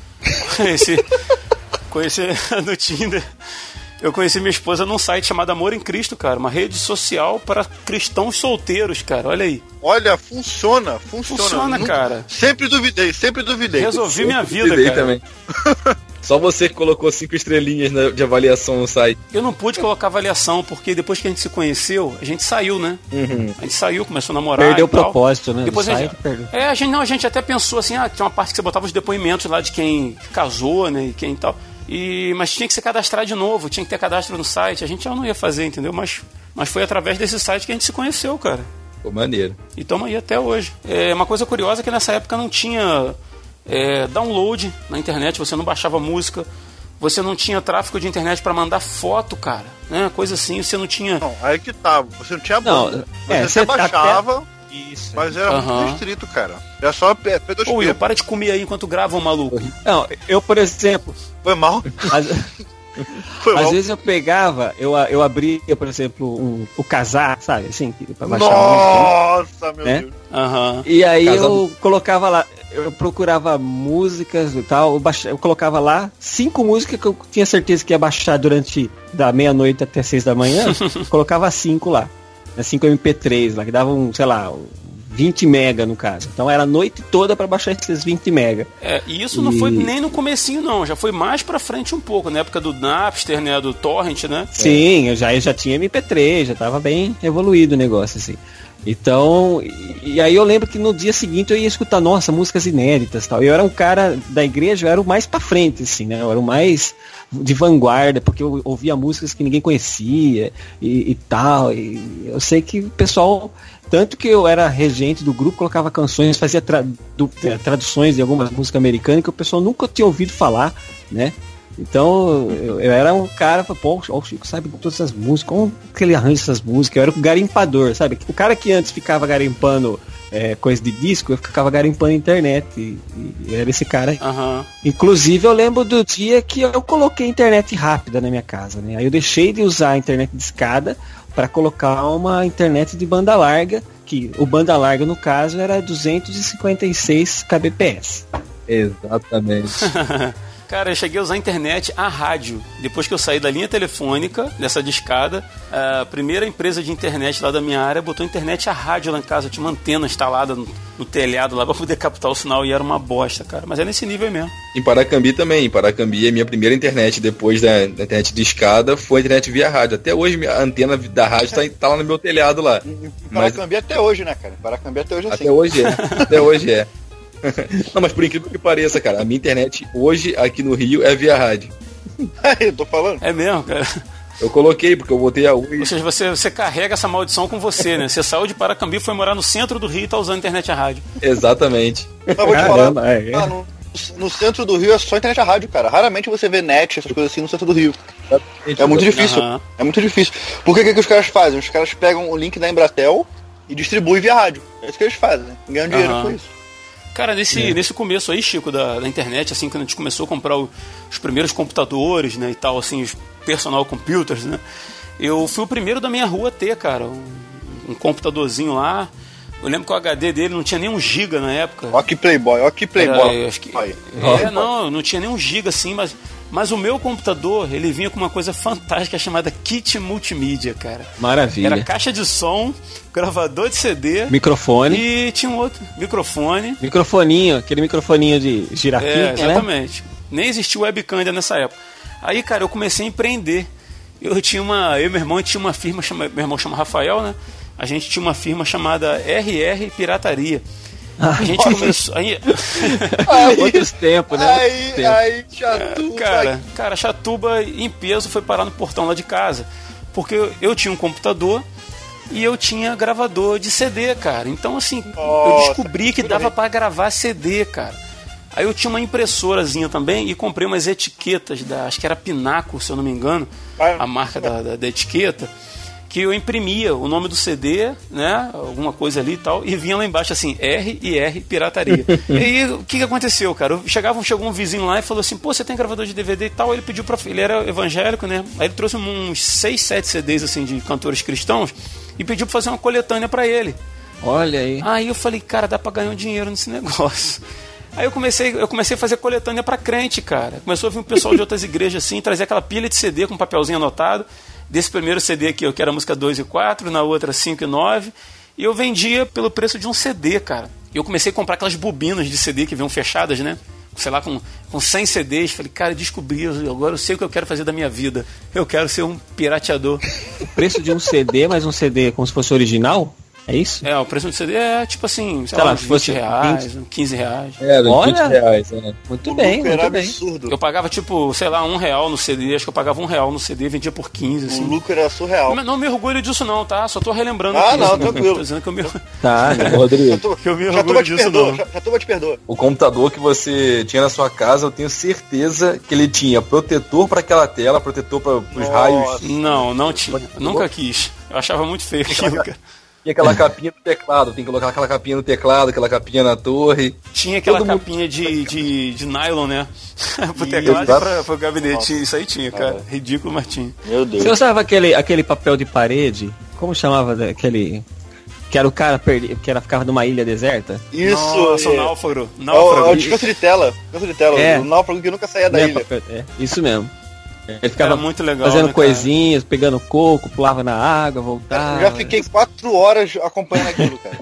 Conheci no Tinder. Eu conheci minha esposa num site chamado Amor em Cristo, cara. Uma rede social para cristãos solteiros, cara. Olha aí. Olha, funciona. Funciona, cara. Sempre duvidei. Resolvi minha vida, cara. Também. Só você que colocou 5 estrelinhas de avaliação no site. Eu não pude colocar avaliação, porque depois que a gente se conheceu, a gente saiu, né? Uhum. A gente saiu, começou a namorar. Perdeu o propósito, né? Depois a gente até pensou assim, tinha uma parte que você botava os depoimentos lá de quem casou, né? E quem tal. Mas tinha que se cadastrar de novo, tinha que ter cadastro no site. A gente já não ia fazer, entendeu? Mas foi através desse site que a gente se conheceu, cara. Pô, maneiro. E estamos aí até hoje. Uma coisa curiosa é que nessa época não tinha download na internet, você não baixava música, você não tinha tráfego de internet para mandar foto, cara. Né? Coisa assim, você não tinha... Não, aí que tá, você não tinha banda. Você baixava... Isso. Mas era muito restrito, cara. Era só P2P. Ô, Will, para de comer aí enquanto grava o maluco. Não, eu, por exemplo... Foi mal? Às vezes eu pegava, eu abria, por exemplo, o casar, sabe? Assim, pra baixar Nossa, meu Deus. E aí eu colocava lá, eu procurava músicas e tal, eu colocava lá 5 músicas que eu tinha certeza que ia baixar durante da meia-noite até 6 da manhã, colocava 5 lá. 5 MP3 lá, que davam, sei lá, 20 mega no caso. Então era a noite toda pra baixar esses 20 mega. E isso não foi nem no comecinho, não. Já foi mais pra frente um pouco, na época do Napster, né? Do Torrent, né? Sim, eu já tinha MP3, já tava bem evoluído o negócio, assim. Então, e aí eu lembro que no dia seguinte eu ia escutar, nossa, músicas inéditas e tal. Eu era um cara da igreja, eu era o mais pra frente, assim, né? Eu era o mais de vanguarda, porque eu ouvia músicas que ninguém conhecia e tal. E eu sei que o pessoal, tanto que eu era regente do grupo, colocava canções, fazia traduções de algumas músicas americanas que o pessoal nunca tinha ouvido falar, né? Então, eu era um cara, pô, o Chico sabe todas essas músicas, como que ele arranja essas músicas? Eu era um garimpador, sabe? O cara que antes ficava garimpando coisa de disco, eu ficava garimpando internet, e era esse cara aí. Inclusive, eu lembro do dia que eu coloquei internet rápida na minha casa, né? Aí eu deixei de usar a internet de escada para colocar uma internet de banda larga, que o banda larga, no caso, era 256 kbps. Exatamente. Cara, eu cheguei a usar a internet, a rádio. Depois que eu saí da linha telefônica, dessa discada, a primeira empresa de internet lá da minha área botou internet a rádio lá em casa. Eu tinha uma antena instalada no telhado lá pra poder captar o sinal e era uma bosta, cara. Mas é nesse nível mesmo. Em Paracambi também. Em Paracambi, a minha primeira internet depois da internet de escada foi a internet via rádio. Até hoje a antena da rádio tá lá no meu telhado lá. Em Paracambi até hoje, né, cara? Em Paracambi até hoje é assim. Até hoje é. Até hoje é. Não, mas por incrível que pareça, cara, a minha internet hoje aqui no Rio é via rádio. Eu tô falando. É mesmo, cara. Eu coloquei porque eu botei a Ui. Ou seja, você carrega essa maldição com você, né? Você saiu de Paracambi, foi morar no centro do Rio e tá usando internet a rádio. Exatamente. Mas vou te falar, no centro do Rio é só internet a rádio, cara. Raramente você vê net, essas coisas assim no centro do Rio. É muito difícil. É muito difícil. Porque o que os caras fazem? Os caras pegam o link da Embratel e distribuem via rádio. É isso que eles fazem, né? Ganham dinheiro com isso. Cara, nesse começo aí, Chico, da internet, assim, quando a gente começou a comprar os primeiros computadores, né, e tal, assim, os personal computers, né, eu fui o primeiro da minha rua a ter, cara, um computadorzinho lá. Eu lembro que o HD dele não tinha nem 1 GB na época. Ó que playboy. Não tinha nem 1 GB, assim, mas o meu computador, ele vinha com uma coisa fantástica chamada kit multimídia, cara. Maravilha. Era caixa de som, gravador de CD. Microfone. E tinha um outro microfone. Microfoninho, aquele microfoninho de girafinha, exatamente. Né? Nem existia webcam ainda nessa época. Aí, cara, eu comecei a empreender. Eu e meu irmão tinha uma firma, meu irmão chama Rafael, né? A gente tinha uma firma chamada RR Pirataria. A gente começou. Outros tempos, né? Aí, Chatuba. Cara, Chatuba em peso foi parar no portão lá de casa. Porque eu tinha um computador e eu tinha gravador de CD, cara. Então, assim, eu descobri que dava pra gravar CD, cara. Aí eu tinha uma impressorazinha também e comprei umas etiquetas acho que era Pinaco, se eu não me engano, a marca da etiqueta. que eu imprimia o nome do CD, né, alguma coisa ali e tal, e vinha lá embaixo assim, R&R Pirataria. E aí, o que aconteceu, cara? Chegou um vizinho lá e falou assim, pô, você tem gravador de DVD e tal? Ele pediu ele era evangélico, né? Aí ele trouxe uns 6, 7 CDs, assim, de cantores cristãos e pediu pra fazer uma coletânea pra ele. Olha aí. Aí eu falei, cara, dá pra ganhar um dinheiro nesse negócio. Aí eu comecei a fazer coletânea pra crente, cara. Começou a vir um pessoal de outras igrejas assim, trazer aquela pilha de CD com papelzinho anotado. Desse primeiro CD aqui, que era a música 2 e 4, na outra 5 e 9. E eu vendia pelo preço de um CD, cara. E eu comecei a comprar aquelas bobinas de CD que vinham fechadas, né? Sei lá, com 100 CDs. Falei, cara, descobri, agora eu sei o que eu quero fazer da minha vida. Eu quero ser um pirateador. O preço de um CD, mas um CD como se fosse original? É isso? É, o preço do CD é tipo assim, sei lá, uns 20 reais, 15 reais. É, olha, 20 reais, né? Muito bem, muito bem. Absurdo. Eu pagava tipo, sei lá, R$1 no CD, acho que eu pagava R$1 no CD, vendia por 15, assim. O lucro era surreal. Não me orgulho disso não, tá? Só tô relembrando Ah, aqui, não, assim, tranquilo. Tô dizendo que eu me, Tá, Rodrigo, que eu me orgulho disso não. Já tô te perdoa. o computador que você tinha na sua casa, eu tenho certeza que ele tinha protetor para aquela tela, protetor para os raios. Não tinha. Nunca quis. Eu achava muito feio aquilo, cara. Tinha aquela capinha no teclado, tem que colocar aquela capinha no teclado, aquela capinha na torre. Tinha aquela capinha de nylon, né? Pro teclado e pro gabinete. Nossa. Isso aí tinha, cara. Ridículo, mas tinha. Meu Deus. Você usava aquele papel de parede? Como chamava aquele... Que era o cara que ficava numa ilha deserta? Isso, nossa, o náufrago. O descanso de tela. O náufrago que nunca saía da ilha. Isso mesmo. Ele ficava muito legal, fazendo né, coisinhas, pegando coco, pulava na água, voltava. Eu já fiquei 4 horas acompanhando aquilo, cara.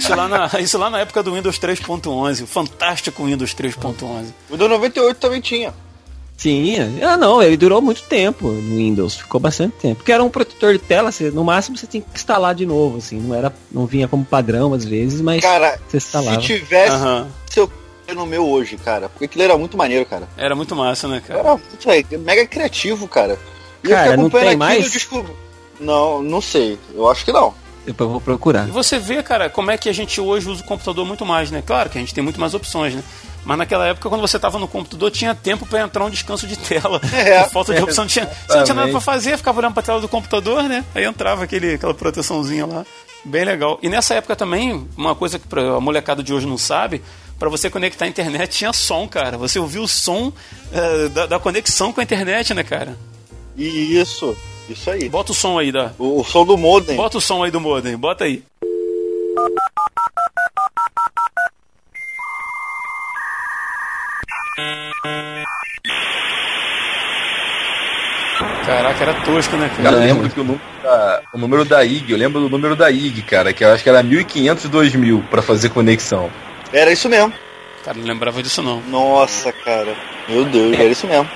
Isso lá na época do Windows 3.11, o fantástico Windows 3.11. O do 98 também tinha. Tinha. Ah, não, ele durou muito tempo no Windows, ficou bastante tempo. Porque era um protetor de tela, no máximo você tinha que instalar de novo, assim, não vinha como padrão às vezes, mas cara, você instalava. Se tivesse seu no meu hoje, cara, porque aquilo era muito maneiro, cara. Era muito massa, né, cara? Era muito mega criativo, cara. E cara, não tem mais? Não sei, eu acho que não. Depois eu vou procurar. E você vê, cara, como é que a gente hoje usa o computador muito mais, né? Claro que a gente tem muito mais opções, né? Mas naquela época, quando você tava no computador, tinha tempo pra entrar um descanso de tela. Por falta de opção, você não tinha nada pra fazer, ficava olhando pra tela do computador, né? Aí entrava aquela proteçãozinha lá. Bem legal. E nessa época também, uma coisa que a molecada de hoje não sabe, pra você conectar a internet tinha som, cara. Você ouvia o som da conexão com a internet, né, cara? Isso aí. Bota o som aí, o som do modem. Bota o som aí do modem, bota aí. Caraca, era tosco, né, cara? Cara, eu lembro que o número da IG, eu lembro do número da IG, cara, que eu acho que era 1500 e 2000 pra fazer conexão. Era isso mesmo. Cara, não lembrava disso não. Nossa, cara. Meu Deus, era isso mesmo.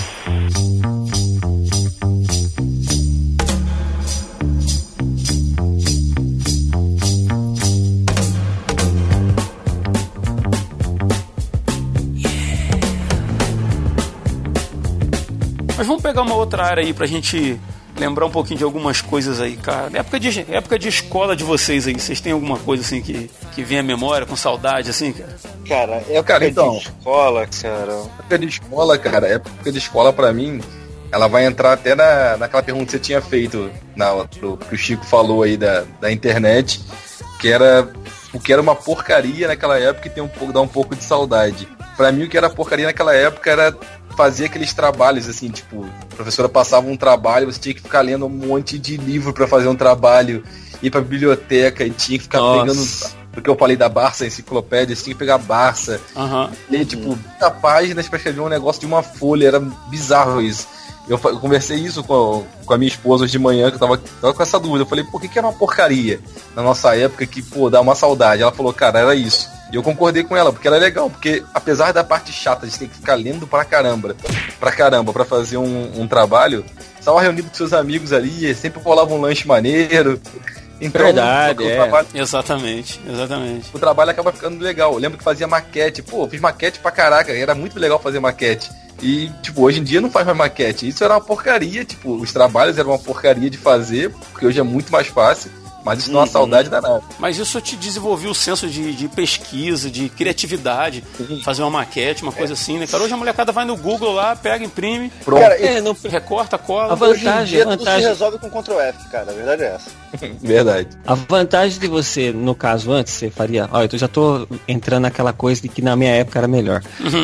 Mas vamos pegar uma outra área aí pra gente lembrar um pouquinho de algumas coisas aí, cara. Época de escola de vocês aí, vocês têm alguma coisa assim que vem à memória, com saudade, assim, cara? Cara, época de escola, cara. Época de escola pra mim, ela vai entrar até naquela pergunta que você tinha feito, que o Chico falou aí da internet, que era o que era uma porcaria naquela época e dá um pouco de saudade. Pra mim, o que era porcaria naquela época era fazer aqueles trabalhos, assim, tipo, a professora passava um trabalho, você tinha que ficar lendo um monte de livro pra fazer um trabalho, ir pra biblioteca e tinha que ficar pegando, porque eu falei da Barça, a enciclopédia, você tinha que pegar a Barça, ler, tipo, 30 páginas pra escrever um negócio de uma folha, era bizarro isso. Eu conversei isso com a minha esposa hoje de manhã, que eu tava com essa dúvida, eu falei, por que era uma porcaria na nossa época que, dá uma saudade? Ela falou, cara, era isso. E eu concordei com ela, porque era legal, porque apesar da parte chata de ter que ficar lendo pra caramba pra fazer um trabalho, estava reunido com seus amigos ali, sempre rolava um lanche maneiro. Então, verdade, trabalho, exatamente. O trabalho acaba ficando legal. Eu lembro que fazia maquete, fiz maquete pra caraca, era muito legal fazer maquete. E, hoje em dia não faz mais maquete. Isso era uma porcaria, os trabalhos eram uma porcaria de fazer, porque hoje é muito mais fácil. Mas isso não é uma saudade danada. Mas isso te desenvolveu o senso de pesquisa, de criatividade, fazer uma maquete, uma coisa assim, né, cara? Hoje a molecada vai no Google lá, pega, imprime, Pronto. Cara, recorta, cola. hoje em dia tudo se resolve com Ctrl F, cara. A verdade é essa. Verdade. A vantagem de você, no caso, antes, você faria... Olha, eu já tô entrando naquela coisa de que na minha época era melhor.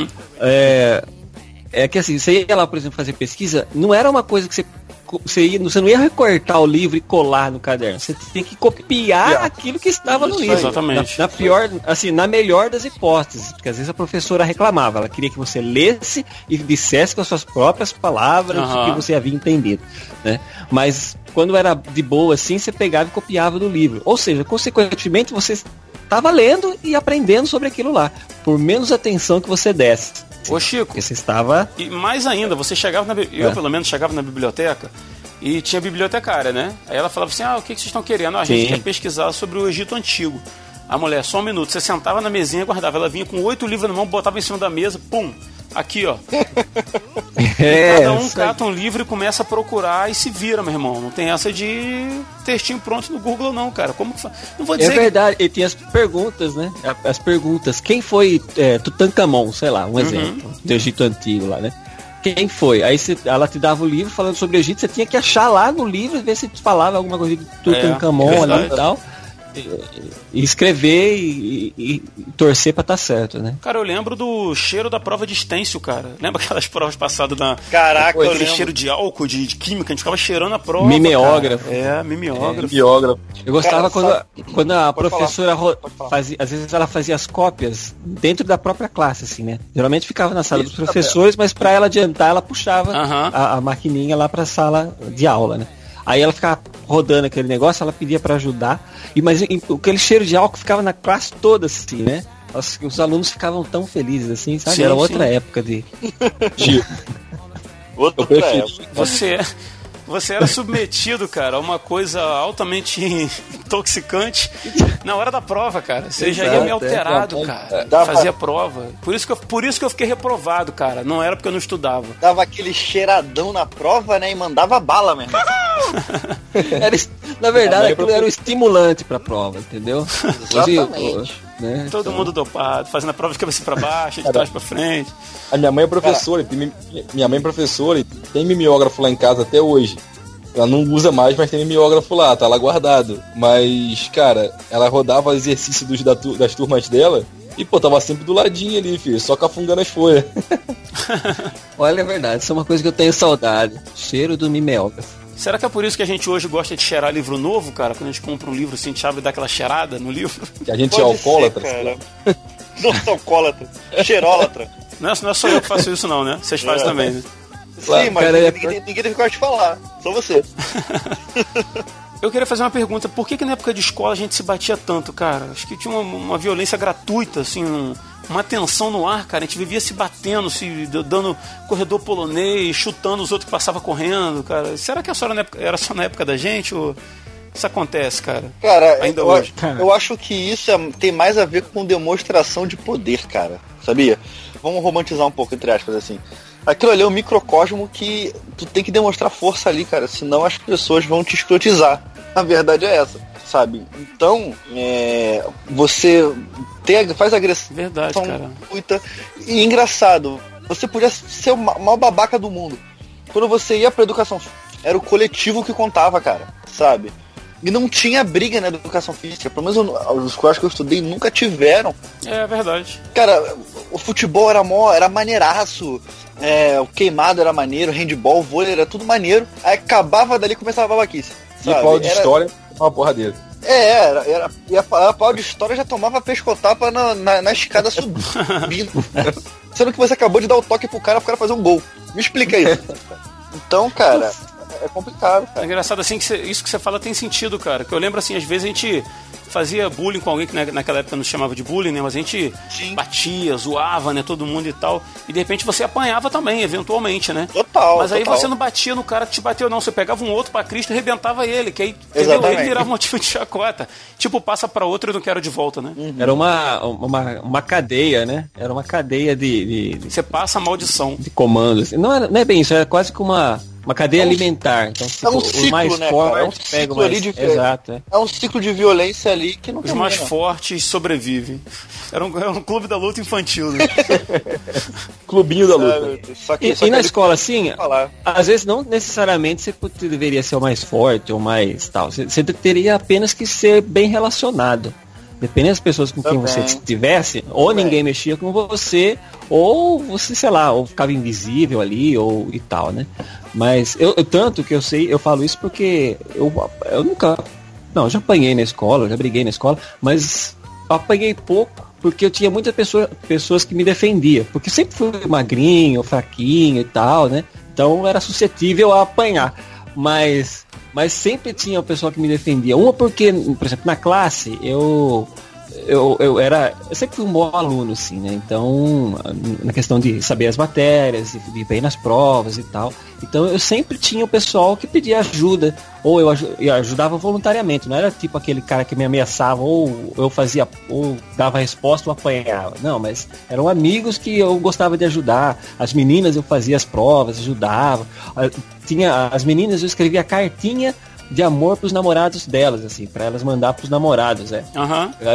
É que assim, você ia lá, por exemplo, fazer pesquisa, não era uma coisa que você não ia recortar o livro e colar no caderno. Você tinha que copiar aquilo que estava no livro. Exatamente. Na pior, assim, na melhor das hipóteses, porque às vezes a professora reclamava, ela queria que você lesse e dissesse com as suas próprias palavras o que você havia entendido, né? Mas quando era de boa assim, você pegava e copiava do livro. Ou seja, consequentemente você estava lendo e aprendendo sobre aquilo lá, por menos atenção que você desse. Ô, Chico, porque você estava... E mais ainda, você chegava eu pelo menos chegava na biblioteca e tinha bibliotecária, né? Aí ela falava assim, o que vocês estão querendo? A gente quer pesquisar sobre o Egito Antigo. A mulher, só um minuto, você sentava na mesinha e guardava. Ela vinha com 8 livros na mão, botava em cima da mesa, pum, aqui, ó. Cada um cata um livro e começa a procurar e se vira, meu irmão. Não tem essa de textinho pronto no Google, não, cara. Como que não vou dizer. É verdade, e tem as perguntas, né? As perguntas. Quem foi Tutankhamon, sei lá, um exemplo, do Egito Antigo lá, né? Quem foi? Aí ela te dava o livro falando sobre o Egito, você tinha que achar lá no livro e ver se falava alguma coisa de Tutankhamon ali e tal. E escrever e torcer pra estar certo, né? Cara, eu lembro do cheiro da prova de stencil, cara. Lembra aquelas provas passadas na... Caraca, eu lembro. Cheiro de álcool, de química, a gente ficava cheirando a prova. Mimeógrafo. Mimeógrafo. Eu gostava quando a professora fazia, às vezes ela fazia as cópias dentro da própria classe, assim, né? Geralmente ficava na sala dos professores, mas pra ela adiantar, ela puxava a maquininha lá pra sala de aula, né? Aí ela ficava rodando aquele negócio, ela pedia pra ajudar, mas aquele cheiro de álcool ficava na classe toda, assim, né? Os alunos ficavam tão felizes, assim, sabe? Sim, era outra época de... Outra época. Você era submetido, cara, a uma coisa altamente intoxicante na hora da prova, cara. Você já ia meio alterado, cara. Fazia prova. Por isso que eu fiquei reprovado, cara. Não era porque eu não estudava. Dava aquele cheiradão na prova, né? E mandava bala mesmo. Na verdade, aquilo era um estimulante pra prova, entendeu? Exatamente. Né? Todo mundo dopado, fazendo a prova de cabeça pra baixo, de trás pra frente. A minha mãe é professora, minha mãe é professora e tem mimeógrafo lá em casa até hoje. Ela não usa mais, mas tem mimeógrafo lá, tá lá guardado. Mas, cara, ela rodava exercício das turmas dela e, pô, tava sempre do ladinho ali, filho, só cafungando as folhas. Olha, é verdade, isso é uma coisa que eu tenho saudade. Cheiro do mimeógrafo. Será que é por isso que a gente hoje gosta de cheirar livro novo, cara? Quando a gente compra um livro assim, a gente abre e dá aquela cheirada no livro? Que a gente é alcoólatra. Cara. Não sou alcoólatra, cheirólatra. Não é só eu que faço isso não, né? Vocês fazem também, né? Sim, mas ninguém teve coragem de falar, só você. Eu queria fazer uma pergunta, por que na época de escola a gente se batia tanto, cara? Acho que tinha uma violência gratuita, assim, uma tensão no ar, cara. A gente vivia se batendo, se dando corredor polonês, chutando os outros que passavam correndo, cara. Será que era só na época da gente, ou isso acontece, cara? Cara, ainda hoje? Eu acho que isso tem mais a ver com demonstração de poder, cara. Sabia? Vamos romantizar um pouco, entre aspas, assim. Aquilo ali é um microcosmo que tu tem que demonstrar força ali, cara. Senão as pessoas vão te escrotizar. A verdade é essa, sabe? Então, você faz agressão. Verdade, cara. E engraçado, você podia ser o maior babaca do mundo. Quando você ia pra educação, era o coletivo que contava, cara, sabe? E não tinha briga na educação física. Pelo menos os escolas que eu estudei nunca tiveram. É verdade. Cara, o futebol era maneiraço. O queimado era maneiro, handball, vôlei, era tudo maneiro. Aí acabava dali e começava a babaquice. E pau de história, uma porradeira. E a pau de história já tomava pescotapa na escada subindo. Sendo que você acabou de dar o toque pro cara fazer um gol. Me explica isso. Então, cara, é complicado, cara. É engraçado assim que isso que você fala tem sentido, cara. Que eu lembro assim, às vezes a gente fazia bullying com alguém que naquela época não se chamava de bullying, né? Mas a gente batia, zoava, né? Todo mundo e tal. E de repente você apanhava também, eventualmente, né? Total. Mas aí você não batia no cara que te bateu, não. Você pegava um outro pra Cristo e arrebentava ele. Que aí ele virava motivo de chacota. Tipo, passa pra outro e não quero de volta, né? Uhum. Era uma cadeia, né? Era uma cadeia de... Você passa a maldição. De comandos. Não é bem isso, era quase que uma uma cadeia alimentar. Então, é um ciclo, os mais né, fortes é um pegam ciclo mais... ali de Exato, é um ciclo de violência ali que não Os tem mais não. fortes sobrevivem. Era um clube da luta infantil, né? Clubinho da luta. Só que E na escola, assim, falar. às vezes não necessariamente você deveria ser o mais forte ou mais tal. Você teria apenas que ser bem relacionado. Dependendo das pessoas com quem você estivesse, ou ninguém mexia com você, ou você, sei lá, ou ficava invisível ali, ou e tal, né? Mas tanto que eu falo isso porque eu nunca... Não, eu já apanhei na escola, eu já briguei na escola, mas eu apanhei pouco porque eu tinha muitas pessoas que me defendiam. Porque sempre fui magrinho, fraquinho e tal, né? Então eu era suscetível a apanhar. Mas sempre tinha uma pessoa que me defendia. Uma porque, por exemplo, na classe, eu sempre fui um bom aluno, assim, né? Então, na questão de saber as matérias, de ir bem nas provas e tal. Então, eu sempre tinha o pessoal que pedia ajuda, ou eu ajudava voluntariamente. Não era tipo aquele cara que me ameaçava, ou eu fazia, ou dava resposta ou apanhava. Não, mas eram amigos que eu gostava de ajudar. As meninas eu fazia as provas, ajudava. Tinha as meninas, eu escrevia cartinha de amor pros namorados delas, assim, pra elas mandar pros namorados, Aham. Eu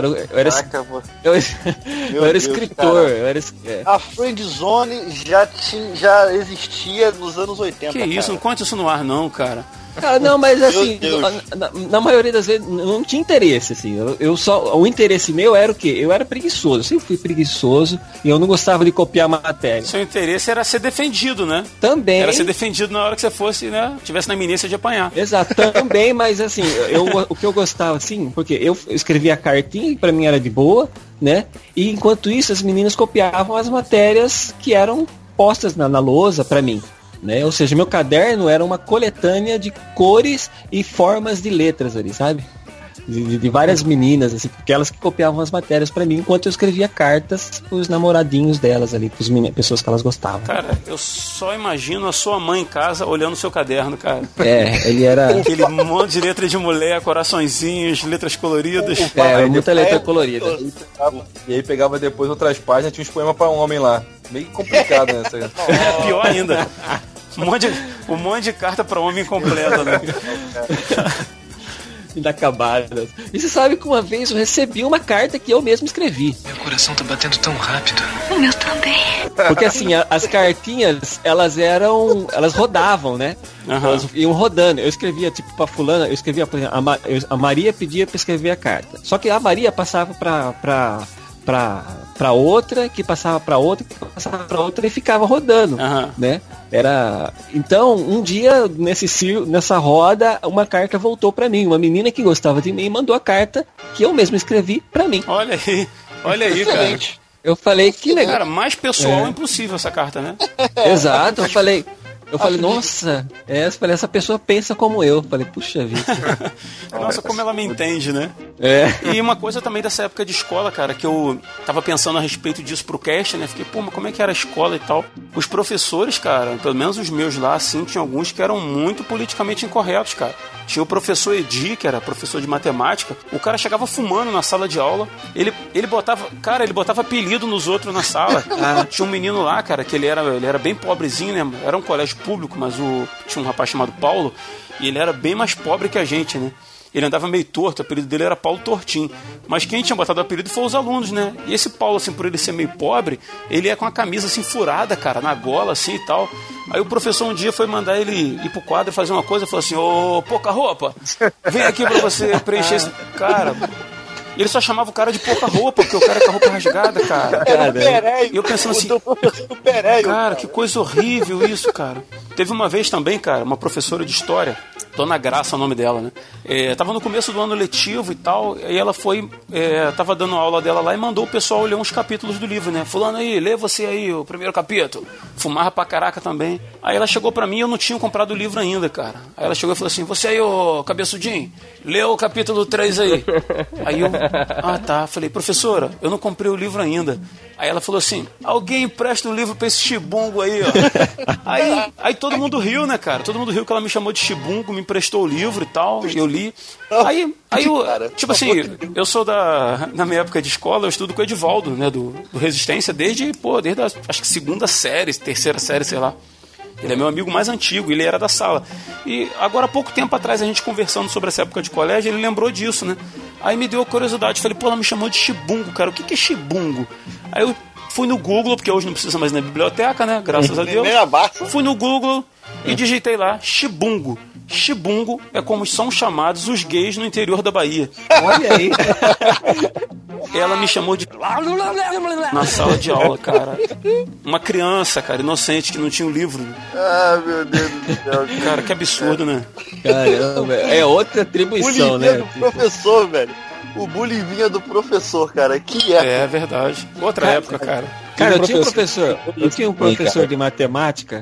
era escritor, A friendzone já existia nos anos 80. Que isso, cara. não conta isso no ar não, cara. Cara, não, mas assim, na maioria das vezes não tinha interesse, assim. O interesse meu era o quê? Eu era preguiçoso, eu sempre fui preguiçoso e eu não gostava de copiar matéria. Seu interesse era ser defendido, né? Também. Era ser defendido na hora que você fosse, né? Tivesse na iminência de apanhar. Exato, também, mas assim, o que eu gostava, assim, porque eu escrevia cartinha, que pra mim era de boa, né? E enquanto isso, as meninas copiavam as matérias que eram postas na lousa pra mim. Né? Ou seja, meu caderno era uma coletânea de cores e formas de letras ali, sabe? De várias meninas, assim, porque elas que copiavam as matérias pra mim, enquanto eu escrevia cartas pros namoradinhos delas ali, pros pessoas que elas gostavam. Cara, eu só imagino a sua mãe em casa olhando o seu caderno, cara. Ele era... Aquele monte de letra de mulher, coraçõezinhos, letras coloridas. Muita letra colorida. E aí pegava depois outras páginas, tinha uns poemas pra um homem lá. Meio complicado, né? Pior ainda. Um monte de carta pra homem completa, né? Inacabadas. E você sabe que uma vez eu recebi uma carta que eu mesmo escrevi. Meu coração tá batendo tão rápido. O meu também. Porque assim, as cartinhas, elas rodavam, né? Elas iam rodando. Eu escrevia, tipo, pra fulana, eu escrevia, por exemplo, a Maria pedia pra escrever a carta. Só que a Maria passava pra outra, que passava pra outra, que passava pra outra e ficava rodando, né? Então, um dia, nessa roda, uma carta voltou pra mim. Uma menina que gostava de mim mandou a carta que eu mesmo escrevi pra mim. Olha aí, cara. Eu falei, que legal. Cara, mais pessoal é impossível essa carta, né? Exato, eu falei, nossa, essa pessoa pensa como eu. Falei, puxa vida. Nossa, como ela me entende, né? E uma coisa também dessa época de escola, cara, que eu tava pensando a respeito disso pro cast, né? Fiquei, mas como é que era a escola e tal? Os professores, cara, pelo menos os meus lá, assim, tinha alguns que eram muito politicamente incorretos, cara. Tinha o professor Edi, que era professor de matemática. O cara chegava fumando na sala de aula. Ele botava apelido nos outros na sala. Tinha um menino lá, cara, que ele era bem pobrezinho, né? Era um colégio público, mas tinha um rapaz chamado Paulo, e ele era bem mais pobre que a gente, né? Ele andava meio torto, o apelido dele era Paulo Tortinho. Mas quem tinha botado o apelido foi os alunos, né? E esse Paulo, assim, por ele ser meio pobre, ele ia com a camisa, assim, furada, cara, na gola, assim, e tal. Aí o professor um dia foi mandar ele ir pro quadro e fazer uma coisa, falou assim, ô, pouca roupa, vem aqui pra você preencher esse... Cara... Ele só chamava o cara de pouca roupa, porque o cara com a roupa rasgada, cara. E eu pensando assim, cara, que coisa horrível isso, cara. Teve uma vez também, cara, uma professora de história, Dona Graça é o nome dela, né? Tava no começo do ano letivo e tal, e ela foi, tava dando a aula dela lá e mandou o pessoal ler uns capítulos do livro, né? Fulano aí, lê você aí o primeiro capítulo. Fumava pra caraca também. Aí ela chegou pra mim e eu não tinha comprado o livro ainda, cara. Aí ela chegou e falou assim, você aí, ô cabeçudinho, lê o capítulo 3 aí. Aí eu, tá. Falei, professora, eu não comprei o livro ainda. Aí ela falou assim, alguém empresta um livro pra esse chibungo aí, ó. Aí todo mundo riu, né, cara? Todo mundo riu que ela me chamou de chibungo, me emprestou o livro e tal, eu li. Aí eu, tipo assim, eu sou na minha época de escola, eu estudo com o Edivaldo, né, do Resistência, desde acho que segunda série, terceira série, sei lá. Ele é meu amigo mais antigo, ele era da sala. E agora, há pouco tempo atrás, a gente conversando sobre essa época de colégio, ele lembrou disso, né? Aí me deu a curiosidade, falei, pô, ela me chamou de chibungo, cara, o que é chibungo? Aí eu fui no Google, porque hoje não precisa mais ir na biblioteca, né? Graças a Deus. Fui no Google e digitei lá, chibungo. Chibungo é como são chamados os gays no interior da Bahia. Olha aí. Ela me chamou de... na sala de aula, cara. Uma criança, cara, inocente, que não tinha o livro. Ah, meu Deus do céu. Cara, que absurdo, né? Caramba, é outra atribuição, né? Do professor, velho. O bullying vinha do professor, cara. Que é verdade. Outra época, cara. Cara, eu tinha um professor de matemática.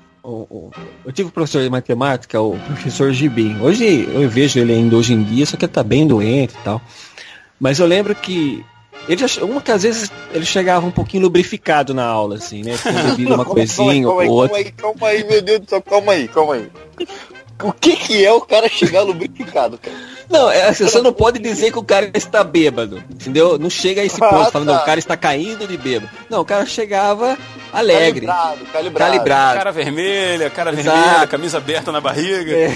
Eu tive um professor de matemática, o professor Gibi. Hoje eu vejo ele ainda hoje em dia, só que ele tá bem doente e tal. Mas eu lembro que às vezes ele chegava um pouquinho lubrificado na aula, assim, né? Tinha bebido uma coisinha ou outra. Calma aí, meu Deus do céu, calma aí. O que é o cara chegar lubrificado, cara? Não, você não pode dizer que o cara está bêbado, entendeu? Não chega a esse ponto, falando, não, o cara está caindo de bêbado. Não, o cara chegava alegre. Calibrado. Cara vermelha, camisa aberta na barriga.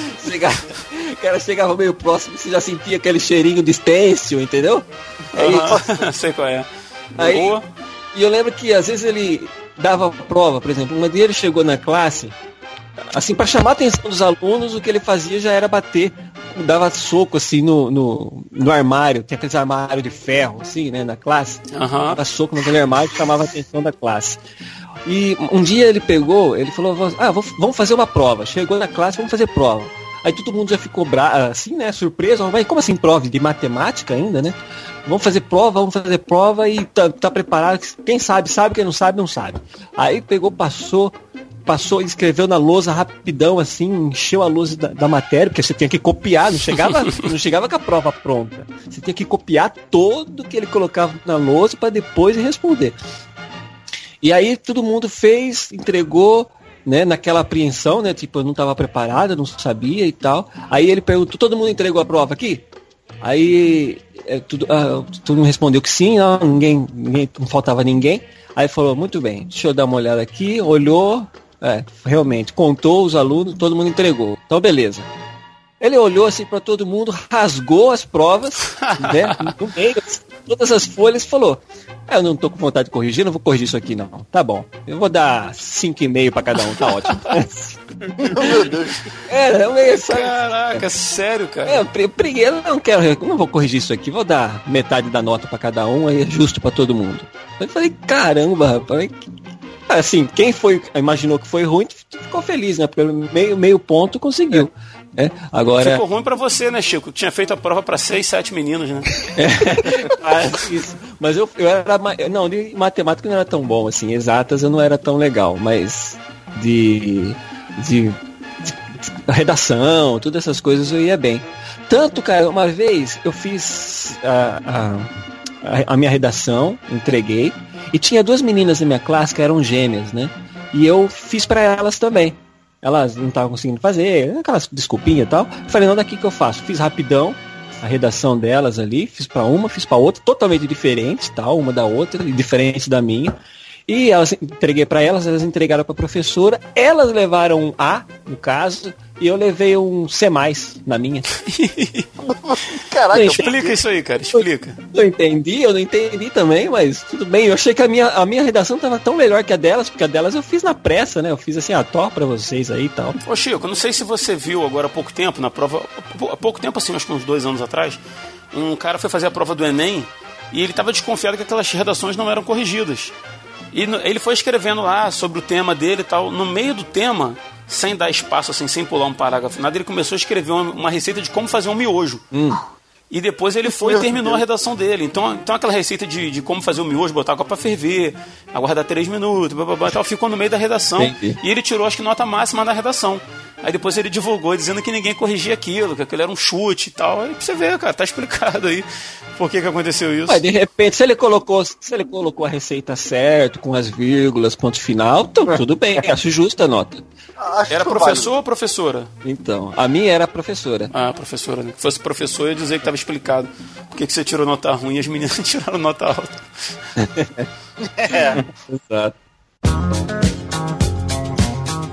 O cara chegava meio próximo, você já sentia aquele cheirinho de stencil, entendeu? Sei qual é. Boa. E eu lembro que às vezes ele dava prova, por exemplo, uma dia ele chegou na classe, assim, para chamar a atenção dos alunos, o que ele fazia já era bater, dava soco assim no armário, tem aqueles armários de ferro, assim, né, na classe. Dava soco naquele armário que chamava a atenção da classe. E um dia ele falou, vamos fazer uma prova. Chegou na classe, vamos fazer prova. Aí todo mundo já ficou assim, né, surpreso. Mas como assim prova de matemática ainda, né? Vamos fazer prova e tá preparado. Quem sabe, quem não sabe, não sabe. Aí passou, escreveu na lousa rapidão, assim, encheu a lousa da matéria, porque você tinha que copiar, não chegava com a prova pronta. Você tinha que copiar tudo que ele colocava na lousa para depois responder. E aí todo mundo fez, entregou, né, naquela apreensão, né, tipo, eu não estava preparado, não sabia e tal. Aí ele perguntou, todo mundo entregou a prova aqui? Aí todo mundo respondeu que sim, ninguém, não faltava ninguém. Aí falou, muito bem, deixa eu dar uma olhada aqui, olhou, realmente, contou os alunos, todo mundo entregou. Então, beleza. Ele olhou assim para todo mundo, rasgou as provas, né, no meio, todas as folhas, falou, eu não tô com vontade de corrigir, não vou corrigir isso aqui não. Tá bom, eu vou dar 5,5 para cada um, tá ótimo. Meu Deus. Caraca, sério, cara? Eu não vou corrigir isso aqui, vou dar metade da nota para cada um, aí é justo para todo mundo. Eu falei, caramba, rapaz. Assim, quem imaginou que foi ruim, ficou feliz, né? Porque meio ponto conseguiu. Agora... Ficou ruim pra você, né, Chico? Tinha feito a prova pra 6, 7 meninos, né? Isso. Mas eu era... Não, de matemática não era tão bom, assim. Exatas eu não era tão legal. Mas de redação, todas essas coisas eu ia bem. Tanto, cara, uma vez eu fiz a minha redação, entreguei. E tinha 2 meninas na minha classe que eram gêmeas, né? E eu fiz pra elas também. Elas não estavam conseguindo fazer, aquelas desculpinhas e tal. Falei, não, daqui que eu faço. Fiz rapidão a redação delas ali, fiz pra uma, fiz pra outra, totalmente diferentes, tal, uma da outra, diferente da minha. E elas entreguei pra elas entregaram pra professora, elas levaram um A, no caso, e eu levei um C+, na minha. Caraca, explica isso aí, cara, explica. Eu não entendi também, mas tudo bem. Eu achei que a minha redação tava tão melhor que a delas, porque a delas eu fiz na pressa, né? Eu fiz assim, top pra vocês aí e tal. Ô Chico, não sei se você viu agora há pouco tempo, na prova, há pouco tempo assim, acho que uns 2 anos atrás, um cara foi fazer a prova do Enem e ele tava desconfiado que aquelas redações não eram corrigidas. E ele foi escrevendo lá sobre o tema dele e tal. No meio do tema, sem dar espaço, assim, sem pular um parágrafo, nada, ele começou a escrever uma receita de como fazer um miojo. E depois ele foi e terminou a redação dele. Então aquela receita de como fazer o miojo, botar a água pra ferver, aguardar 3 minutos, tal, ficou no meio da redação. Entendi. E ele tirou, acho que, nota máxima da redação. Aí depois ele divulgou dizendo que ninguém corrigia aquilo, que aquilo era um chute e tal. Aí pra você ver, cara, tá explicado aí por que aconteceu isso. Mas de repente, se ele colocou a receita certo, com as vírgulas, ponto final, então tudo bem, acho justa a nota. Era professor ou professora? Então, a minha era professora. Ah, professora, né? Se fosse professor, eu ia dizer que estava explicado por que você tirou nota ruim e as meninas tiraram nota alta. Exato.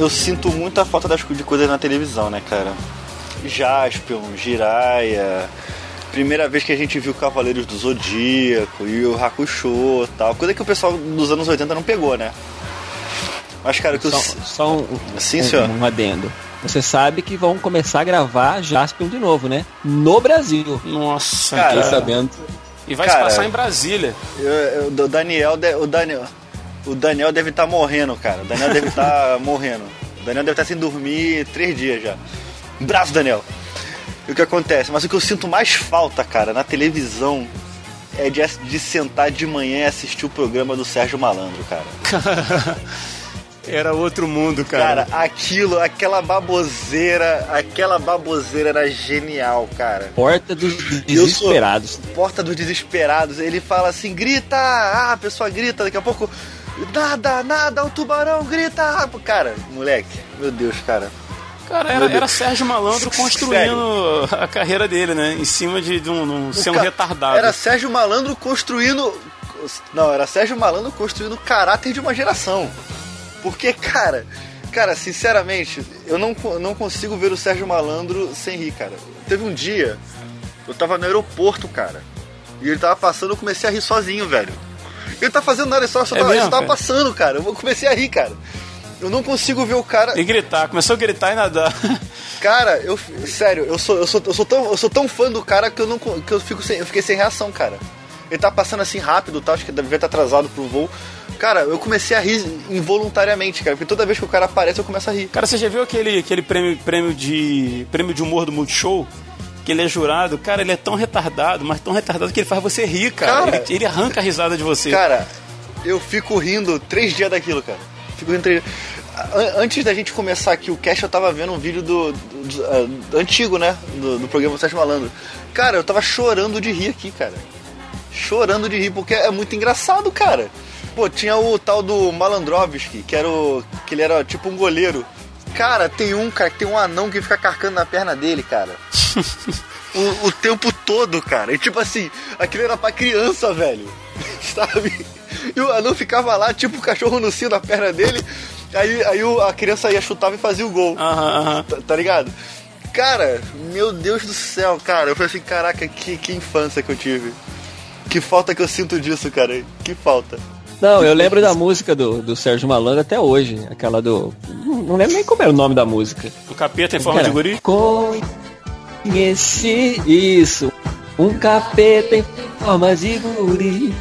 eu sinto muita falta de coisas na televisão, né, cara? Jaspion, Jiraiya, primeira vez que a gente viu Cavaleiros do Zodíaco e o Hakusho e tal, coisa que o pessoal dos anos 80 não pegou, né? Mas, cara, que só um adendo. Você sabe que vão começar a gravar Jaspion de novo, né? No Brasil. Nossa, cara. Sabendo. E vai se passar em Brasília. O Daniel deve estar morrendo, cara. O Daniel deve estar morrendo. O Daniel deve estar sem dormir 3 dias já. Um braço, Daniel. E o que acontece? Mas o que eu sinto mais falta, cara, na televisão é de sentar de manhã e assistir o programa do Sérgio Malandro, cara. Era outro mundo, cara. Cara, aquela baboseira era genial, cara. Porta dos Desesperados. Porta dos Desesperados. Ele fala assim, grita! A pessoa grita, daqui a pouco... Nada, o tubarão grita! Cara, moleque, meu Deus, cara. Cara, era Sérgio Malandro construindo a carreira dele, né? Em cima de um sendo retardado. Era Sérgio Malandro construindo... Não, era Sérgio Malandro construindo o caráter de uma geração. Porque, cara, sinceramente, eu não consigo ver o Sérgio Malandro sem rir, cara. Teve um dia, eu tava no aeroporto, cara, e ele tava passando, eu comecei a rir sozinho, velho. Ele tá fazendo nada, ele só tava passando, cara. Eu comecei a rir, cara. Eu não consigo ver o cara... E gritar, começou a gritar e nadar. Cara, eu sou tão fã do cara que eu fiquei sem reação, cara. Ele tá passando assim rápido, tá? Acho que devia estar atrasado pro voo. Cara, eu comecei a rir involuntariamente, cara, porque toda vez que o cara aparece eu começo a rir. Cara, você já viu aquele prêmio de humor do Multishow? Que ele é jurado, cara, ele é tão retardado, mas tão retardado que ele faz você rir, cara. Ele arranca a risada de você. Cara, eu fico rindo 3 dias daquilo, cara. Fico rindo 3 dias. Antes da gente começar aqui o cast, eu tava vendo um vídeo do antigo, né? Do programa do Sérgio Malandro. Cara, eu tava chorando de rir aqui, cara. Chorando de rir, porque é muito engraçado, cara. Pô, tinha o tal do Malandrovski, que ele era tipo um goleiro. Cara, tem um anão que fica carcando na perna dele, cara. o tempo todo, cara. E tipo assim, aquilo era pra criança, velho. Sabe? E o anão ficava lá, tipo o cachorro no cio da perna dele. Aí a criança ia chutar e fazia o gol. Tá ligado? Cara, meu Deus do céu, cara. Eu falei assim, caraca, que infância que eu tive. Que falta que eu sinto disso, cara. Que falta. Não, eu lembro da música do Sérgio Malandro até hoje. Aquela do... Não lembro nem como era o nome da música. O capeta em forma de guri? Conheci isso. Um capeta em forma de guri.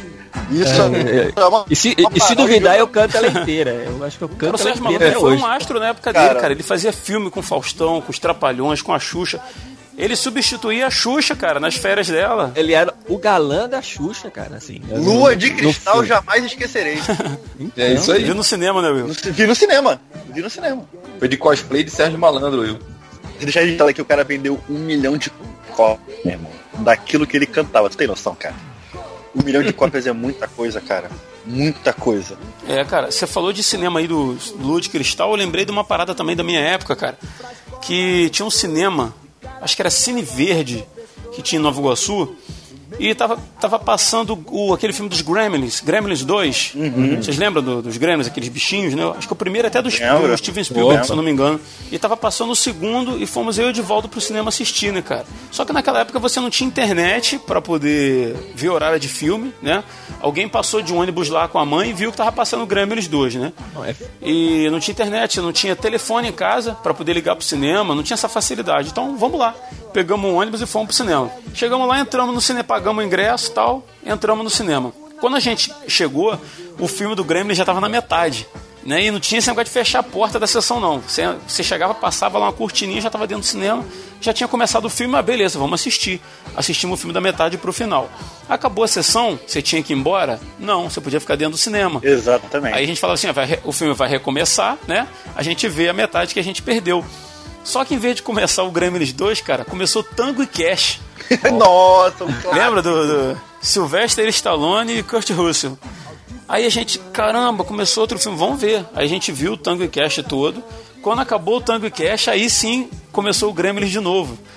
Isso E se duvidar, eu canto ela inteira. Eu acho que eu canto ela inteira até hoje. Ele foi um astro na época dele, cara. Ele fazia filme com o Faustão, com os Trapalhões, com a Xuxa. Ele substituía a Xuxa, cara, nas férias dela. Ele era o galã da Xuxa, cara, assim. Lua de Cristal, jamais esquecerei. Então, é isso aí. Viu no cinema, né, Will? Vi no cinema. Foi de cosplay de Sérgio Malandro, Will. Se deixar de falar que o cara vendeu 1 milhão de cópias, meu irmão. Daquilo que ele cantava. Tu tem noção, cara? 1 milhão de cópias é muita coisa, cara. Muita coisa. É, cara, você falou de cinema aí do Lua de Cristal, eu lembrei de uma parada também da minha época, cara. Que tinha um cinema... Acho que era Cine Verde, que tinha em Nova Iguaçu. E tava passando aquele filme dos Gremlins 2. Vocês lembram dos Gremlins, aqueles bichinhos, né? Acho que o primeiro até do Steven Spielberg, se eu não me engano. E tava passando o segundo e fomos eu e o Edivaldo pro cinema assistir, né, cara? Só que naquela época você não tinha internet pra poder ver horário de filme, né? Alguém passou de um ônibus lá com a mãe e viu que tava passando o Gremlins 2, né? E não tinha internet, não tinha telefone em casa pra poder ligar pro cinema, não tinha essa facilidade. Então, vamos lá. Pegamos um ônibus e fomos pro cinema. Chegamos lá, entramos no cinema, pagamos o ingresso e tal, entramos no cinema. Quando a gente chegou, o filme do Gremlin já estava na metade, né? E não tinha esse negócio de fechar a porta da sessão, não. Você chegava, passava lá uma cortininha, já estava dentro do cinema, já tinha começado o filme, mas beleza, vamos assistir. Assistimos o filme da metade pro final. Acabou a sessão, você tinha que ir embora? Não, você podia ficar dentro do cinema. Exatamente. Aí a gente falava assim, o filme vai recomeçar, né? A gente vê a metade que a gente perdeu. Só que em vez de começar o Gremlins 2, cara, começou Tango e Cash. Nossa, lembra do Sylvester Stallone e Kurt Russell? Aí a gente, caramba, começou outro filme, vamos ver. Aí a gente viu o Tango e Cash todo. Quando acabou o Tango e Cash, aí sim começou o Gremlins de novo.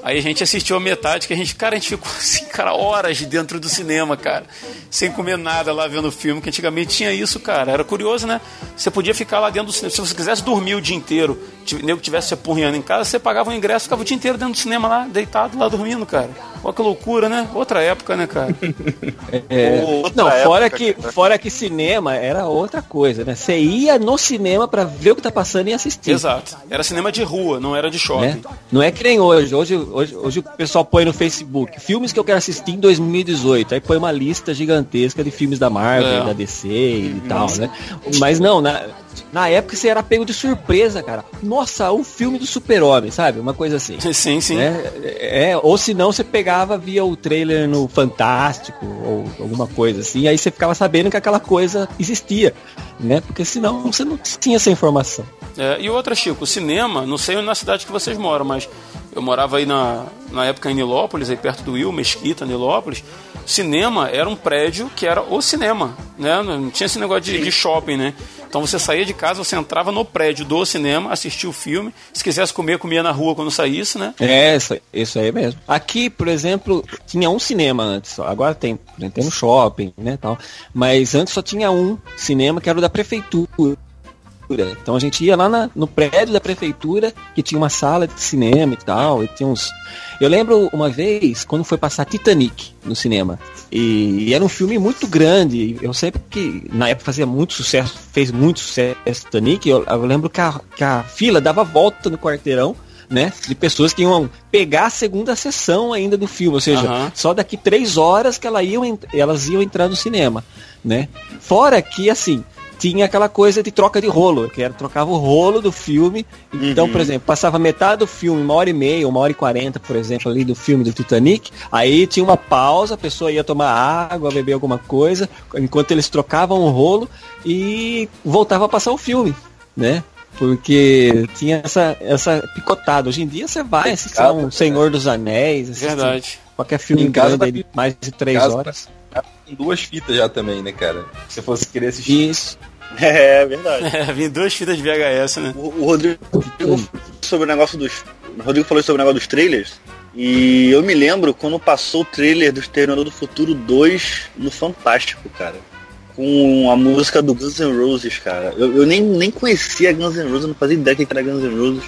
Aí a gente assistiu a metade, que a gente ficou assim, cara, horas dentro do cinema, cara, sem comer nada lá vendo o filme, que antigamente tinha isso, cara. Era curioso, né? Você podia ficar lá dentro do cinema. Se você quisesse dormir o dia inteiro, o nego tivesse se apurriando em casa, você pagava o ingresso, ficava o dia inteiro dentro do cinema lá, deitado lá dormindo, cara. Olha que loucura, né? Outra época, né, cara? Não, fora que cinema era outra coisa, né? Você ia no cinema pra ver o que tá passando e assistir. Exato. Era cinema de rua, não era de shopping. Não é que nem hoje. Hoje o pessoal põe no Facebook filmes que eu quero assistir em 2018. Aí põe uma lista gigantesca de filmes da Marvel, da DC e tal, né? Mas não, na época você era pego de surpresa, cara. Nossa, um filme do Super-Homem, sabe? Uma coisa assim. Sim. Ou se não, você pegava via o trailer no Fantástico ou alguma coisa assim. Aí você ficava sabendo que aquela coisa existia, né? Porque senão você não tinha essa informação. E outra, Chico, o cinema, não sei na cidade que vocês moram, mas eu morava aí na época em Nilópolis, aí perto do Will, Mesquita, Nilópolis. Cinema era um prédio que era o cinema, né? Não tinha esse negócio de shopping, né? Então você saía de casa, você entrava no prédio do cinema, assistia o filme. Se quisesse comer, comia na rua quando saísse, né? Isso aí mesmo. Aqui, por exemplo, tinha um cinema antes só. Agora tem no shopping, né, tal. Mas antes só tinha um cinema que era o da prefeitura. Então a gente ia lá no prédio da prefeitura, que tinha uma sala de cinema e tal, e tinha uns... Eu lembro uma vez, quando foi passar Titanic no cinema, e era um filme muito grande, eu sei que na época fez muito sucesso Titanic, eu lembro que a fila dava volta no quarteirão, né, de pessoas que iam pegar a segunda sessão ainda do filme, ou seja, só daqui 3 horas que elas iam entrar no cinema, né. Fora que, assim, tinha aquela coisa de troca de rolo, que trocava o rolo do filme. Então, por exemplo, passava metade do filme, 1h30, 1h40, por exemplo, ali do filme do Titanic. Aí tinha uma pausa, a pessoa ia tomar água, beber alguma coisa, enquanto eles trocavam o rolo e voltava a passar o filme, né? Porque tinha essa picotada. Hoje em dia você vai assistir um Senhor dos Anéis, verdade. Qualquer filme grande aí de mais de 3 horas. Com 2 fitas já também, né, cara? Se fosse querer assistir. Isso. É verdade. Vim 2 fitas de VHS, né? O Rodrigo sobre o negócio dos. O Rodrigo falou sobre o negócio dos trailers. E eu me lembro quando passou o trailer do Exterminador do Futuro 2 no Fantástico, cara. Com a música do Guns N' Roses, cara. Eu nem conhecia Guns N' Roses, não fazia ideia que era Guns N' Roses.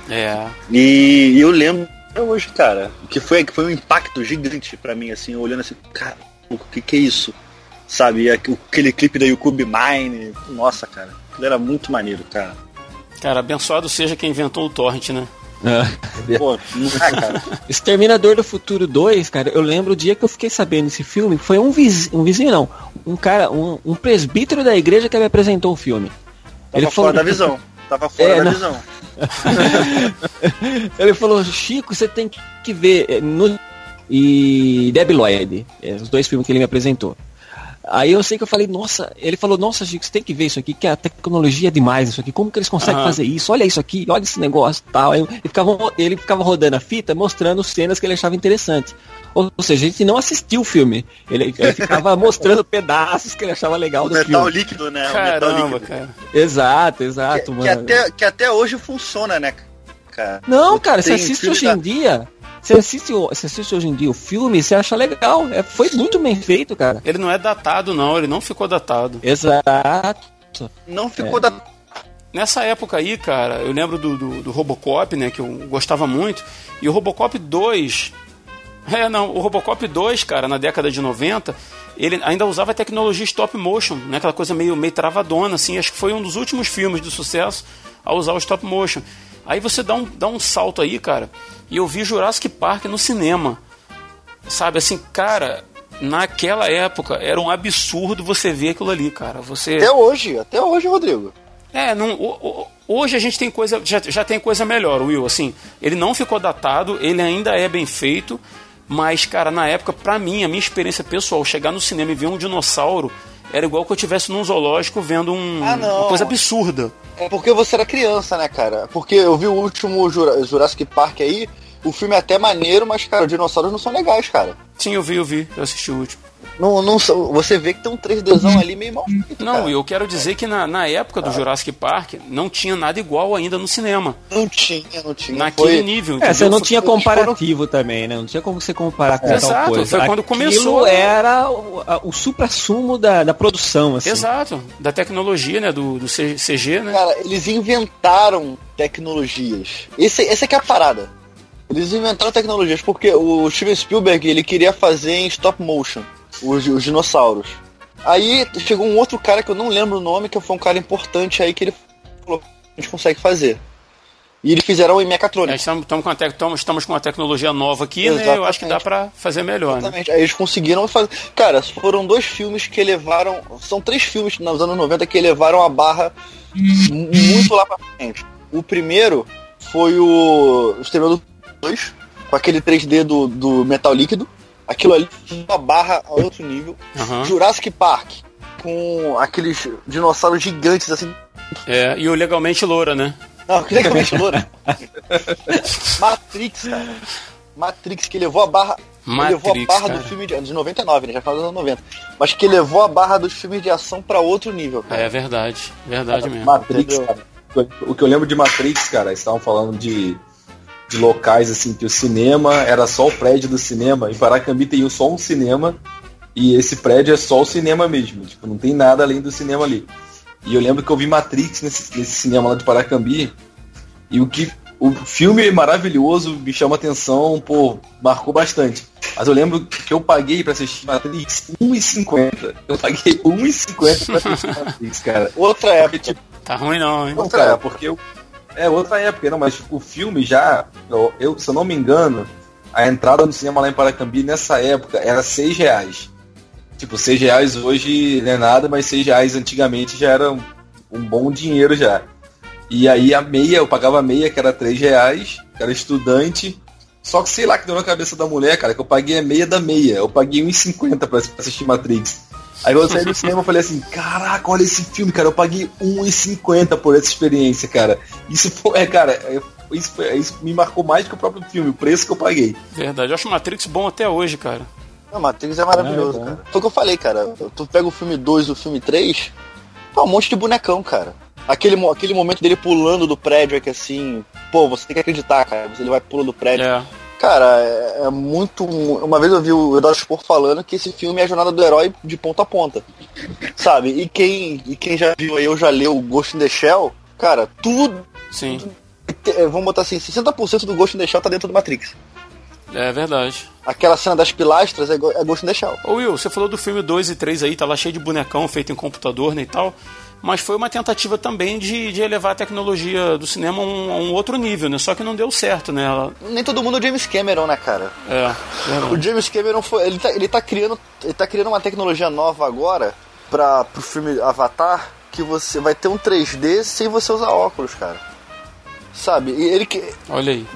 E eu lembro até hoje, cara, que foi um impacto gigante pra mim, assim, olhando assim, cara, o que é isso? Sabe, aquele clipe da Yukube Mine, nossa, cara, aquilo era muito maneiro, cara. Cara, abençoado seja quem inventou o torrent, né? Pô, cara. Exterminador do Futuro 2, cara, eu lembro o dia que eu fiquei sabendo desse filme, foi um vizinho não, um cara, um presbítero da igreja que me apresentou o filme. Tava Ele fora da visão. Tava fora da visão. Ele falou, Chico, você tem que ver e Debi Lloyd, os 2 filmes que ele me apresentou. Aí eu sei que eu falei, nossa, ele falou, nossa, Chico, você tem que ver isso aqui, que a tecnologia é demais isso aqui, como que eles conseguem fazer isso? Olha isso aqui, olha esse negócio e tal. Aí ele ficava rodando a fita, mostrando cenas que ele achava interessante. Ou seja, a gente não assistiu o filme. Ele ficava mostrando pedaços que ele achava legal do filme. Metal líquido, né? Caramba, cara. Exato, mano. Que até hoje funciona, né, cara? Não, cara, você assiste hoje em dia... Você assiste hoje em dia o filme, você acha legal. Foi muito bem feito, cara. Ele não é datado, não. Ele não ficou datado. Exato. Não ficou datado. Nessa época aí, cara, eu lembro do Robocop, né? Que eu gostava muito. E o Robocop 2... o Robocop 2, cara, na década de 90... Ele ainda usava a tecnologia stop motion, né? Aquela coisa meio travadona, assim. Acho que foi um dos últimos filmes de sucesso a usar o stop motion. Aí você dá um salto aí, cara, e eu vi Jurassic Park no cinema. Sabe, assim, cara, naquela época era um absurdo você ver aquilo ali, cara. Até hoje, Rodrigo. Hoje a gente tem coisa, já tem coisa melhor, Will, assim. Ele não ficou datado, ele ainda é bem feito, mas, cara, na época, pra mim, a minha experiência pessoal, chegar no cinema e ver um dinossauro era igual que eu estivesse num zoológico vendo uma coisa absurda. É porque você era criança, né, cara? Porque eu vi o último Jurassic Park aí, o filme é até maneiro, mas, cara, os dinossauros não são legais, cara. Sim, eu vi, eu assisti o último. você vê que tem um 3Dzão ali meio mal feito. Não, cara. eu quero dizer que na época do Jurassic Park não tinha nada igual ainda no cinema. Não tinha. Naquele nível. Você não tinha comparativo também, né? Não tinha como você comparar com tal coisa. Foi quando começou. Era o supra-sumo da produção, assim. Exato, da tecnologia, né? Do CG, né? Cara, eles inventaram tecnologias. Essa é que é a parada. Eles inventaram tecnologias porque o Steven Spielberg, ele queria fazer em stop motion os dinossauros. Aí chegou um outro cara que eu não lembro o nome, que foi um cara importante aí que ele falou: a gente consegue fazer. E eles fizeram em mecatrônica. Estamos com uma tecnologia nova aqui, Exatamente. Né? Eu acho que dá pra fazer melhor. Exatamente. Né? Aí eles conseguiram fazer. Cara, foram 2 filmes que elevaram. São 3 filmes nos anos 90 que elevaram a barra muito lá pra frente. O primeiro foi o Exterminador 2, com aquele 3D do metal líquido. Aquilo ali, uma barra a outro nível. Jurassic Park, com aqueles dinossauros gigantes assim. E o Legalmente Loura, né? Não, que Legalmente Loura. Matrix, cara. Matrix, que levou a barra. Levou a barra do filme de 99, né? Já falou dos anos 90. Mas que levou a barra dos filmes de ação pra outro nível, cara. É verdade mesmo. Matrix, cara. O que eu lembro de Matrix, cara, eles estavam falando de locais assim, que o cinema era só o prédio do cinema. Em Paracambi tem só um cinema e esse prédio é só o cinema mesmo. Tipo, não tem nada além do cinema ali. E eu lembro que eu vi Matrix nesse cinema lá de Paracambi. E o filme é maravilhoso, me chama atenção, marcou bastante. Mas eu lembro que eu paguei pra assistir Matrix R$1,50. Eu paguei R$1,50 pra assistir Matrix, cara. Outra época. Tipo, tá ruim não, hein? Não, cara, porque outra época, não, mas o filme já, se eu não me engano, a entrada no cinema lá em Paracambi nessa época era R$6. Tipo, R$6 hoje não é nada, mas R$6 antigamente já era um bom dinheiro já. E aí a meia, eu pagava a meia, que era R$3, que era estudante. Só que sei lá que deu na cabeça da mulher, cara, que eu paguei a meia da meia. Eu paguei R$1,50 pra assistir Matrix. Aí quando eu saí do cinema eu falei assim, caraca, olha esse filme, cara, eu paguei R$1,50 por essa experiência, cara. Isso me marcou mais que o próprio filme, o preço que eu paguei. Verdade, eu acho Matrix bom até hoje, cara. Não, Matrix é maravilhoso, cara. Foi o que eu falei, cara. Tu pega o filme 2 e o filme 3, um monte de bonecão, cara. Aquele momento dele pulando do prédio é que assim, você tem que acreditar, cara. Ele vai pulando do prédio. Cara, é muito... Uma vez eu vi o Eduardo Spor falando que esse filme é a jornada do herói de ponta a ponta. Sabe? E quem já viu aí, eu já leu o Ghost in the Shell, cara, tudo... Sim. Vamos botar assim, 60% do Ghost in the Shell tá dentro do Matrix. É verdade. Aquela cena das pilastras é Ghost in the Shell. Ô Will, você falou do filme 2 e 3 aí, tá lá cheio de bonecão feito em computador, né, e tal... Mas foi uma tentativa também de elevar a tecnologia do cinema a um outro nível, né? Só que não deu certo, né? Nem todo mundo é o James Cameron, né, cara? O James Cameron ele tá criando uma tecnologia nova agora pro filme Avatar, que você vai ter um 3D sem você usar óculos, cara. Sabe? Olha aí.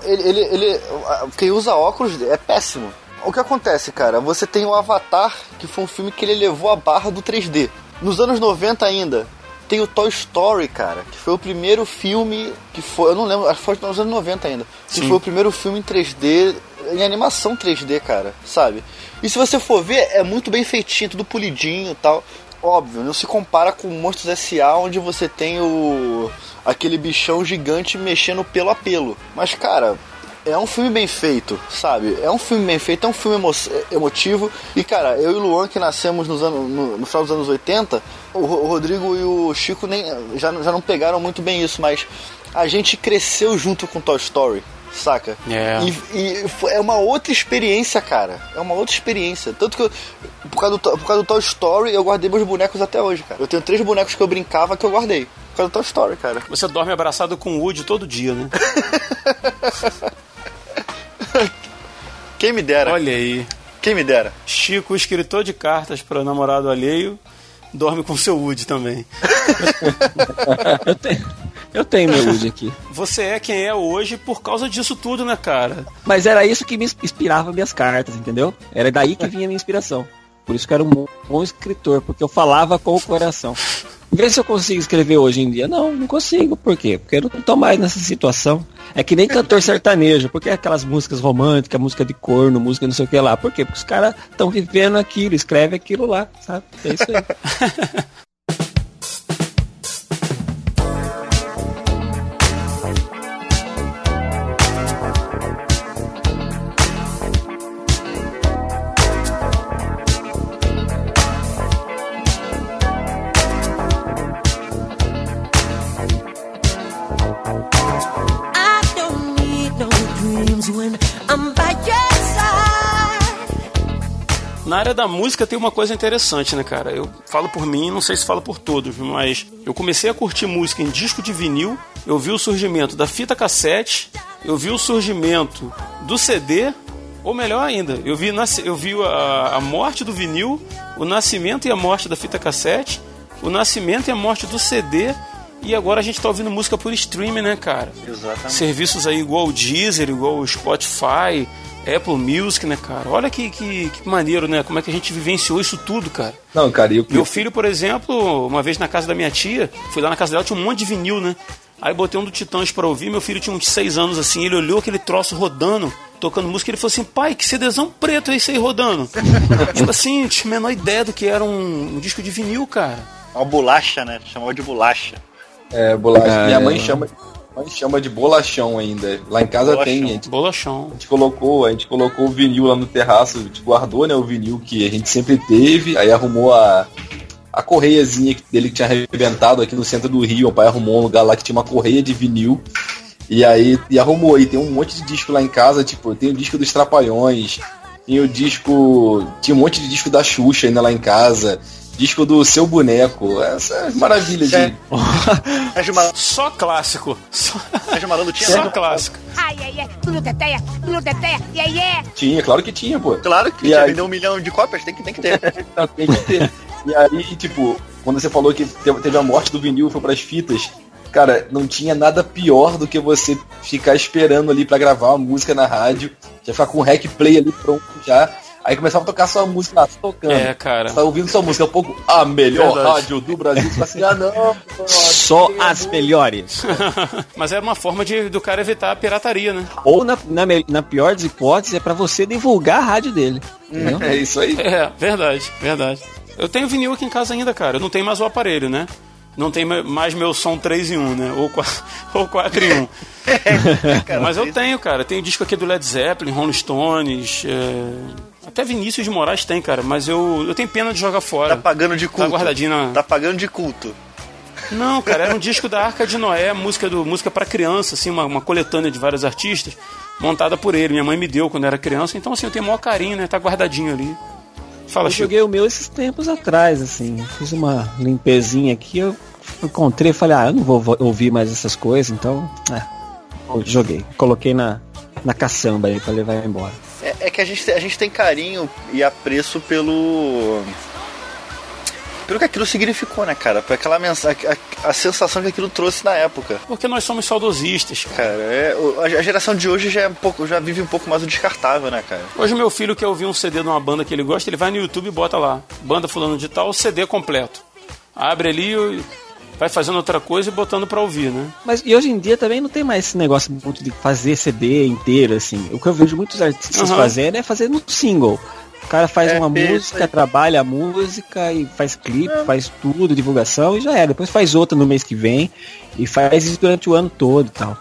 Quem usa óculos é péssimo. O que acontece, cara? Você tem o Avatar, que foi um filme que ele levou a barra do 3D. Nos anos 90 ainda, tem o Toy Story, cara, que foi o primeiro filme que foi, eu não lembro, acho que foi nos anos 90 ainda, que foi o primeiro filme em 3D, em animação 3D, cara, sabe? E se você for ver, é muito bem feitinho, tudo polidinho e tal. Óbvio, não se compara com Monstros S.A., onde você tem aquele bichão gigante mexendo pelo a pelo. Mas, cara... É um filme bem feito, sabe? É um filme bem feito, é um filme emotivo. E, cara, eu e o Luan, que nascemos no final dos anos 80, o Rodrigo e o Chico já não pegaram muito bem isso, mas a gente cresceu junto com Toy Story, saca? E é uma outra experiência, cara. É uma outra experiência. Tanto que por causa do Toy Story, eu guardei meus bonecos até hoje, cara. Eu tenho 3 bonecos que eu brincava que eu guardei. Por causa do Toy Story, cara. Você dorme abraçado com o Woody todo dia, né? Quem me dera. Olha aí. Quem me dera. Chico, escritor de cartas para namorado alheio, dorme com seu Woody também. Eu tenho meu Woody aqui. Você é quem é hoje por causa disso tudo, né, cara? Mas era isso que me inspirava minhas cartas, entendeu? Era daí que vinha a minha inspiração. Por isso que eu era um bom escritor, porque eu falava com o coração. Vê se eu consigo escrever hoje em dia. Não consigo. Por quê? Porque eu não tô mais nessa situação. É que nem cantor sertanejo. Porque é aquelas músicas românticas, música de corno, música não sei o que lá. Por quê? Porque os caras estão vivendo aquilo, escreve aquilo lá, sabe? É isso aí. Na área da música tem uma coisa interessante, né, cara? Eu falo por mim, não sei se falo por todos, mas eu comecei a curtir música em disco de vinil, eu vi o surgimento da fita cassete, eu vi o surgimento do CD, ou melhor ainda, eu vi a morte do vinil, o nascimento e a morte da fita cassete, o nascimento e a morte do CD, e agora a gente tá ouvindo música por streaming, né, cara? Exatamente. Serviços aí igual o Deezer, igual o Spotify, Apple Music, né, cara? Olha que maneiro, né? Como é que a gente vivenciou isso tudo, cara? Não, cara, Meu filho, por exemplo, uma vez na casa da minha tia, fui lá na casa dela, tinha um monte de vinil, né? Aí botei um do Titãs pra ouvir, meu filho tinha uns 6 anos assim, ele olhou aquele troço rodando, tocando música, ele falou assim, pai, que CDzão preto é esse aí rodando? Tipo assim, tinha a menor ideia do que era um disco de vinil, cara. Uma bolacha, né? Chamava de bolacha. É, bolacha. Minha mãe chama de bolachão ainda. Lá em casa bolachão. Tem. Bolachão. A gente colocou o vinil lá no terraço, a gente guardou, né, o vinil que a gente sempre teve, aí arrumou a correiazinha dele que tinha arrebentado aqui no centro do Rio. O pai arrumou um lugar lá que tinha uma correia de vinil. E aí arrumou aí, tem um monte de disco lá em casa, tipo, tem o disco dos Trapalhões, tinha um monte de disco da Xuxa ainda lá em casa. Disco do Seu Boneco, essas maravilhas de... Só clássico. Sérgio Malandro tinha só clássico. Ai, ai, ai, tudo teteia, ai, ai. Tinha, claro que tinha, pô. Claro que tinha, vendeu 1 milhão de cópias, tem que ter. Tem que ter. E aí, tipo, quando você falou que teve a morte do vinil e foi pras fitas, cara, não tinha nada pior do que você ficar esperando ali pra gravar uma música na rádio, já ficar com o rec play ali pronto já. Aí começava a tocar sua música lá, tocando. É, cara. Você tá ouvindo sua música, um pouco a melhor rádio do Brasil. Você fala assim, não. Só as melhores. Mas era uma forma do cara evitar a pirataria, né? Ou na pior das hipóteses, é pra você divulgar a rádio dele. É isso aí. É, verdade. Eu tenho vinil aqui em casa ainda, cara. Eu não tenho mais o aparelho, né? Não tem mais meu som 3 em 1, né? Ou 4 em 1. Mas eu tenho, cara. Tenho disco aqui do Led Zeppelin, Rolling Stones... Até Vinícius de Moraes tem, cara, mas eu tenho pena de jogar fora. Tá pagando de culto. Tá guardadinho na... Tá pagando de culto. Não, cara, era um disco da Arca de Noé, música pra criança, assim, uma coletânea de vários artistas, montada por ele. Minha mãe me deu quando era criança, então assim, eu tenho o maior carinho, né? Tá guardadinho ali. Fala, Chico. Eu joguei o meu esses tempos atrás, assim. Fiz uma limpezinha aqui, eu encontrei e falei, eu não vou ouvir mais essas coisas, então... eu joguei. Coloquei na caçamba aí pra levar embora. É que a gente tem carinho e apreço pelo que aquilo significou, né, cara? Por aquela mensagem, a sensação que aquilo trouxe na época. Porque nós somos saudosistas, cara. A geração de hoje já vive um pouco mais o descartável, né, cara? Hoje meu filho quer ouvir um CD de uma banda que ele gosta, ele vai no YouTube e bota lá, banda fulano de tal, CD completo. Abre ali, vai fazendo outra coisa e botando pra ouvir, né? Mas e hoje em dia também não tem mais esse negócio muito de fazer CD inteiro, assim. O que eu vejo muitos artistas fazendo é fazer no single. O cara faz uma música, trabalha a música e faz clipe, faz tudo, divulgação e já é. Depois faz outra no mês que vem e faz isso durante o ano todo e tal.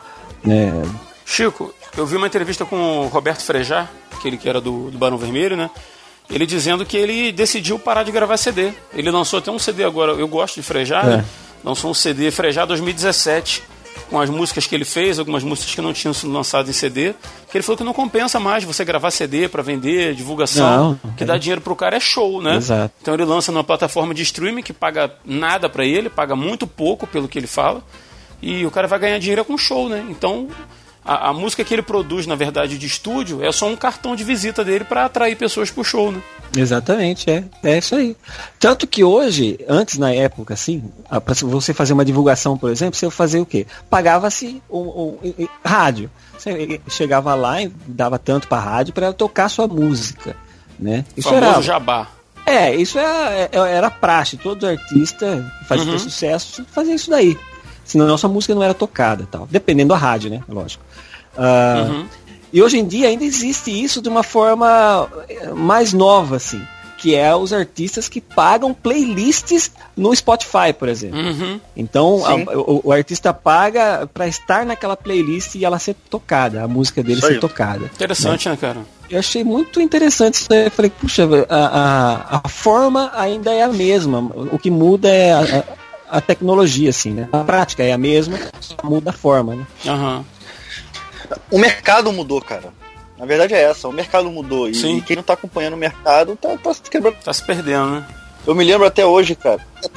Chico, eu vi uma entrevista com o Roberto Frejá, aquele que era do Barão Vermelho, né? Ele dizendo que ele decidiu parar de gravar CD. Ele lançou até um CD agora, eu gosto de Frejá, né? Lançou um CD Frejá 2017, com as músicas que ele fez, algumas músicas que não tinham sido lançadas em CD, que ele falou que não compensa mais você gravar CD pra vender, divulgação, que dá dinheiro pro cara é show, né? Exato. Então ele lança numa plataforma de streaming que paga nada pra ele, paga muito pouco pelo que ele fala, e o cara vai ganhar dinheiro com show, né? Então a música que ele produz, na verdade, de estúdio, é só um cartão de visita dele pra atrair pessoas pro show, né? Exatamente, é isso aí. Tanto que hoje, antes na época, assim, para você fazer uma divulgação, por exemplo, você fazia o quê? Pagava-se rádio. Você chegava lá e dava tanto pra rádio para tocar sua música, né? Isso famoso era jabá. Isso era praxe. Todo artista que fazia sucesso fazia isso daí. Senão a nossa música não era tocada, tal. Dependendo da rádio, né? Lógico. E hoje em dia ainda existe isso de uma forma mais nova, assim. Que é os artistas que pagam playlists no Spotify, por exemplo. Então, o artista paga para estar naquela playlist e ela ser tocada, a música dele ser tocada. Interessante, né, cara? Eu achei muito interessante isso aí. Eu falei, puxa, a forma ainda é a mesma. O que muda é a tecnologia, assim, né? A prática é a mesma, só muda a forma, né? O mercado mudou, cara. Na verdade é essa, o mercado mudou. E quem não tá acompanhando o mercado tá se quebrando. Tá se perdendo, né? Eu me lembro até hoje, cara.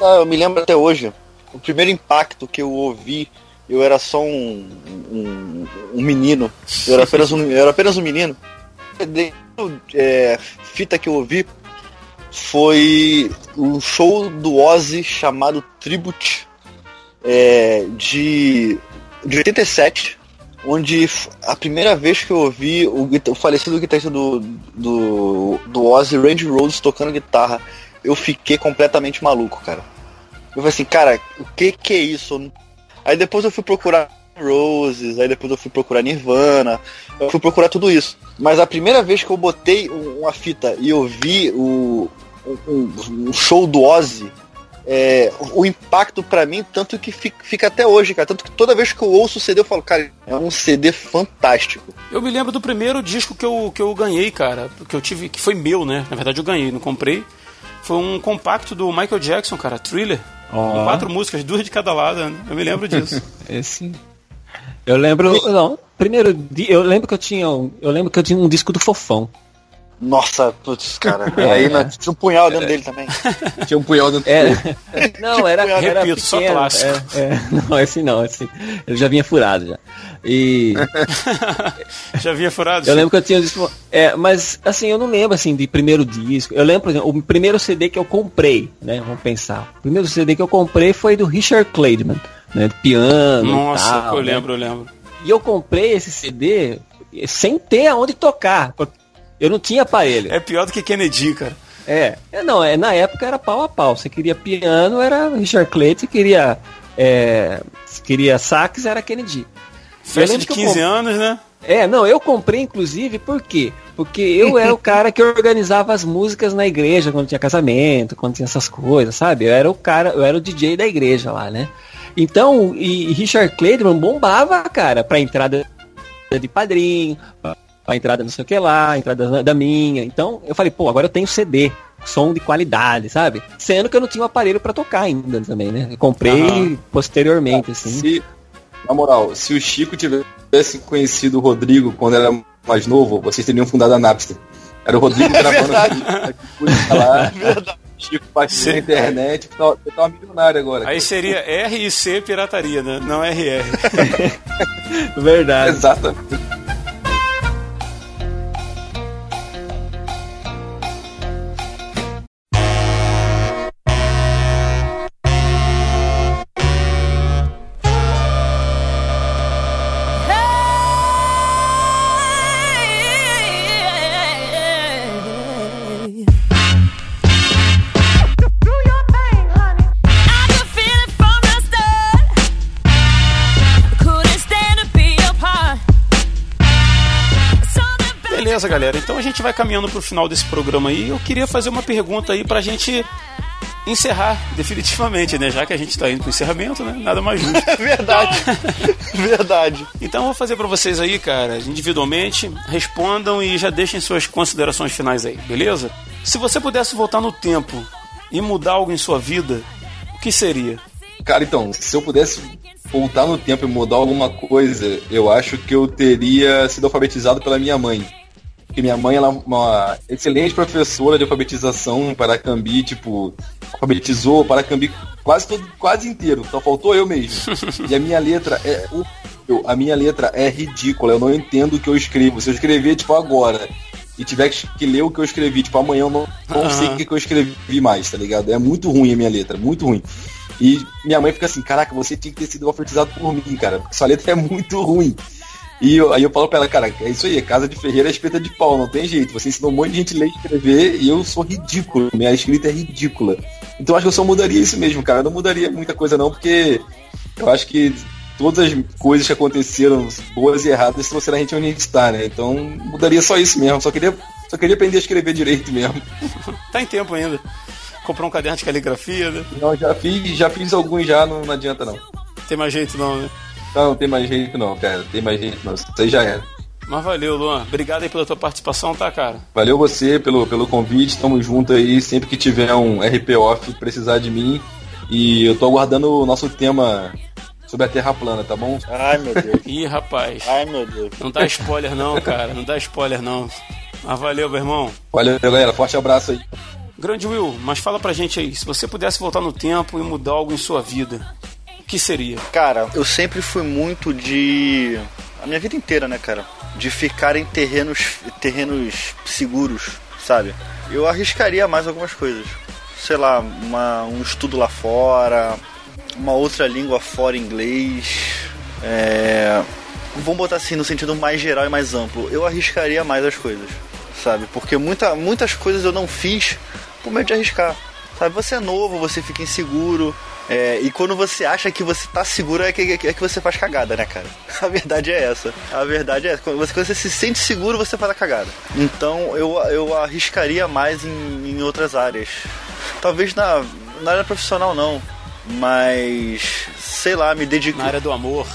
O primeiro impacto que eu ouvi, eu era só um menino. Eu era apenas um menino. Fita que eu ouvi foi um show do Ozzy chamado Tribute de 87. Onde a primeira vez que eu ouvi o falecido guitarrista do Ozzy, Randy Rhoads, tocando guitarra, eu fiquei completamente maluco, cara. Eu falei assim, cara, o que é isso? Aí depois eu fui procurar Roses, aí depois eu fui procurar Nirvana, eu fui procurar tudo isso. Mas a primeira vez que eu botei uma fita e ouvi um show do Ozzy, o impacto pra mim, tanto que fica até hoje, cara. Tanto que toda vez que eu ouço o CD eu falo, cara, é um CD fantástico. Eu me lembro do primeiro disco que eu ganhei, cara, que eu tive, que foi meu, né? Na verdade eu ganhei, não comprei. Foi um compacto do Michael Jackson, cara, Thriller. Com 4 músicas, 2 de cada lado, né? Eu me lembro disso. Sim. Eu lembro. Não, primeiro eu lembro que eu tinha um disco do Fofão. Nossa, putz, cara. Aí tinha um punhal dentro dele também. Tinha um punhal dentro dele. Não, era repito, pequeno, só clássico. Não, esse não. Ele já vinha furado já. E já vinha furado? Eu lembro que eu tinha um disco. Mas assim, eu não lembro assim de primeiro disco. Eu lembro, por exemplo, o primeiro CD que eu comprei, né? Vamos pensar. O primeiro CD que eu comprei foi do Richard Clayderman, né? De piano. Nossa, e tal, eu lembro. E eu comprei esse CD sem ter aonde tocar. Eu não tinha aparelho. É pior do que Kennedy, cara. Na época era pau a pau. Você queria piano, era Richard Clayton. Se queria sax, era Kennedy. Festa de 15 anos, né? Eu comprei, inclusive, por quê? Porque eu era o cara que organizava as músicas na igreja, quando tinha casamento, quando tinha essas coisas, sabe? Eu era o DJ da igreja lá, né? Então, e Richard Clayton bombava, cara, pra entrada de padrinho, a entrada não sei o que lá, a entrada da minha. Então eu falei, agora eu tenho CD, som de qualidade, sabe? Sendo que eu não tinha um aparelho pra tocar ainda também, né? Eu comprei posteriormente, assim. Na moral, se o Chico tivesse conhecido o Rodrigo quando era mais novo, vocês teriam fundado a Napster. Era o Rodrigo gravando aqui lá. Chico participa na internet, tá uma milionária agora. Aí seria RIC Pirataria, né? Não RR. Verdade. Exatamente. Beleza, galera, então a gente vai caminhando pro final desse programa aí. Eu queria fazer uma pergunta aí pra gente encerrar definitivamente, né? Já que a gente tá indo pro encerramento, né? Nada mais justo. Verdade. Então eu vou fazer pra vocês aí, cara, individualmente, respondam e já deixem suas considerações finais aí, beleza? Se você pudesse voltar no tempo e mudar algo em sua vida, o que seria? Cara, então, se eu pudesse voltar no tempo e mudar alguma coisa, eu acho que eu teria sido alfabetizado pela minha mãe. Porque minha mãe, ela é uma excelente professora de alfabetização em Paracambi, alfabetizou Paracambi quase inteiro, só faltou eu mesmo. E a minha letra é ridícula, eu não entendo o que eu escrevo. Se eu escrever, agora, e tiver que ler o que eu escrevi, amanhã eu não sei o que eu escrevi mais, tá ligado? É muito ruim a minha letra, muito ruim. E minha mãe fica assim, caraca, você tinha que ter sido alfabetizado por mim, cara, porque sua letra é muito ruim. E aí eu falo pra ela, cara, é isso aí, casa de ferreira é espeta de pau, não tem jeito. Você ensinou um monte de gente a ler e escrever e eu sou ridículo, minha escrita é ridícula. Então acho que eu só mudaria isso mesmo, cara. Eu não mudaria muita coisa não, porque eu acho que todas as coisas que aconteceram, boas e erradas, trouxeram a gente onde a gente tá, né? Então mudaria só isso mesmo, só queria aprender a escrever direito mesmo. Tá em tempo ainda. Comprou um caderno de caligrafia, né? Não, já fiz alguns já, não adianta não. Tem mais jeito não, né? Não tem mais jeito não, cara. Tem mais jeito não. Isso aí já era. Mas valeu, Luan. Obrigado aí pela tua participação, tá, cara? Valeu você pelo convite. Tamo junto aí. Sempre que tiver um RP Off, precisar de mim. E eu tô aguardando o nosso tema sobre a Terra plana, tá bom? Ai, meu Deus. Ih, rapaz. Ai, meu Deus. Não dá spoiler não, cara. Não dá spoiler não. Mas valeu, meu irmão. Valeu, galera. Forte abraço aí. Grande Will, mas fala pra gente aí. Se você pudesse voltar no tempo e mudar algo em sua vida, o que seria? Cara, eu sempre fui muito de... A minha vida inteira, né, cara? De ficar em terrenos seguros, sabe? Eu arriscaria mais algumas coisas. Sei lá, um estudo lá fora, uma outra língua fora, inglês. Vamos botar assim, no sentido mais geral e mais amplo. Eu arriscaria mais as coisas, sabe? Porque muitas coisas eu não fiz por medo de arriscar. Sabe, você é novo, você fica inseguro. E quando você acha que você tá seguro é que você faz cagada, né, cara? A verdade é essa. A verdade é essa. Quando você se sente seguro, você faz a cagada. Então eu arriscaria mais em outras áreas. Talvez na área profissional não. Mas, sei lá, me dedico... Na área do amor.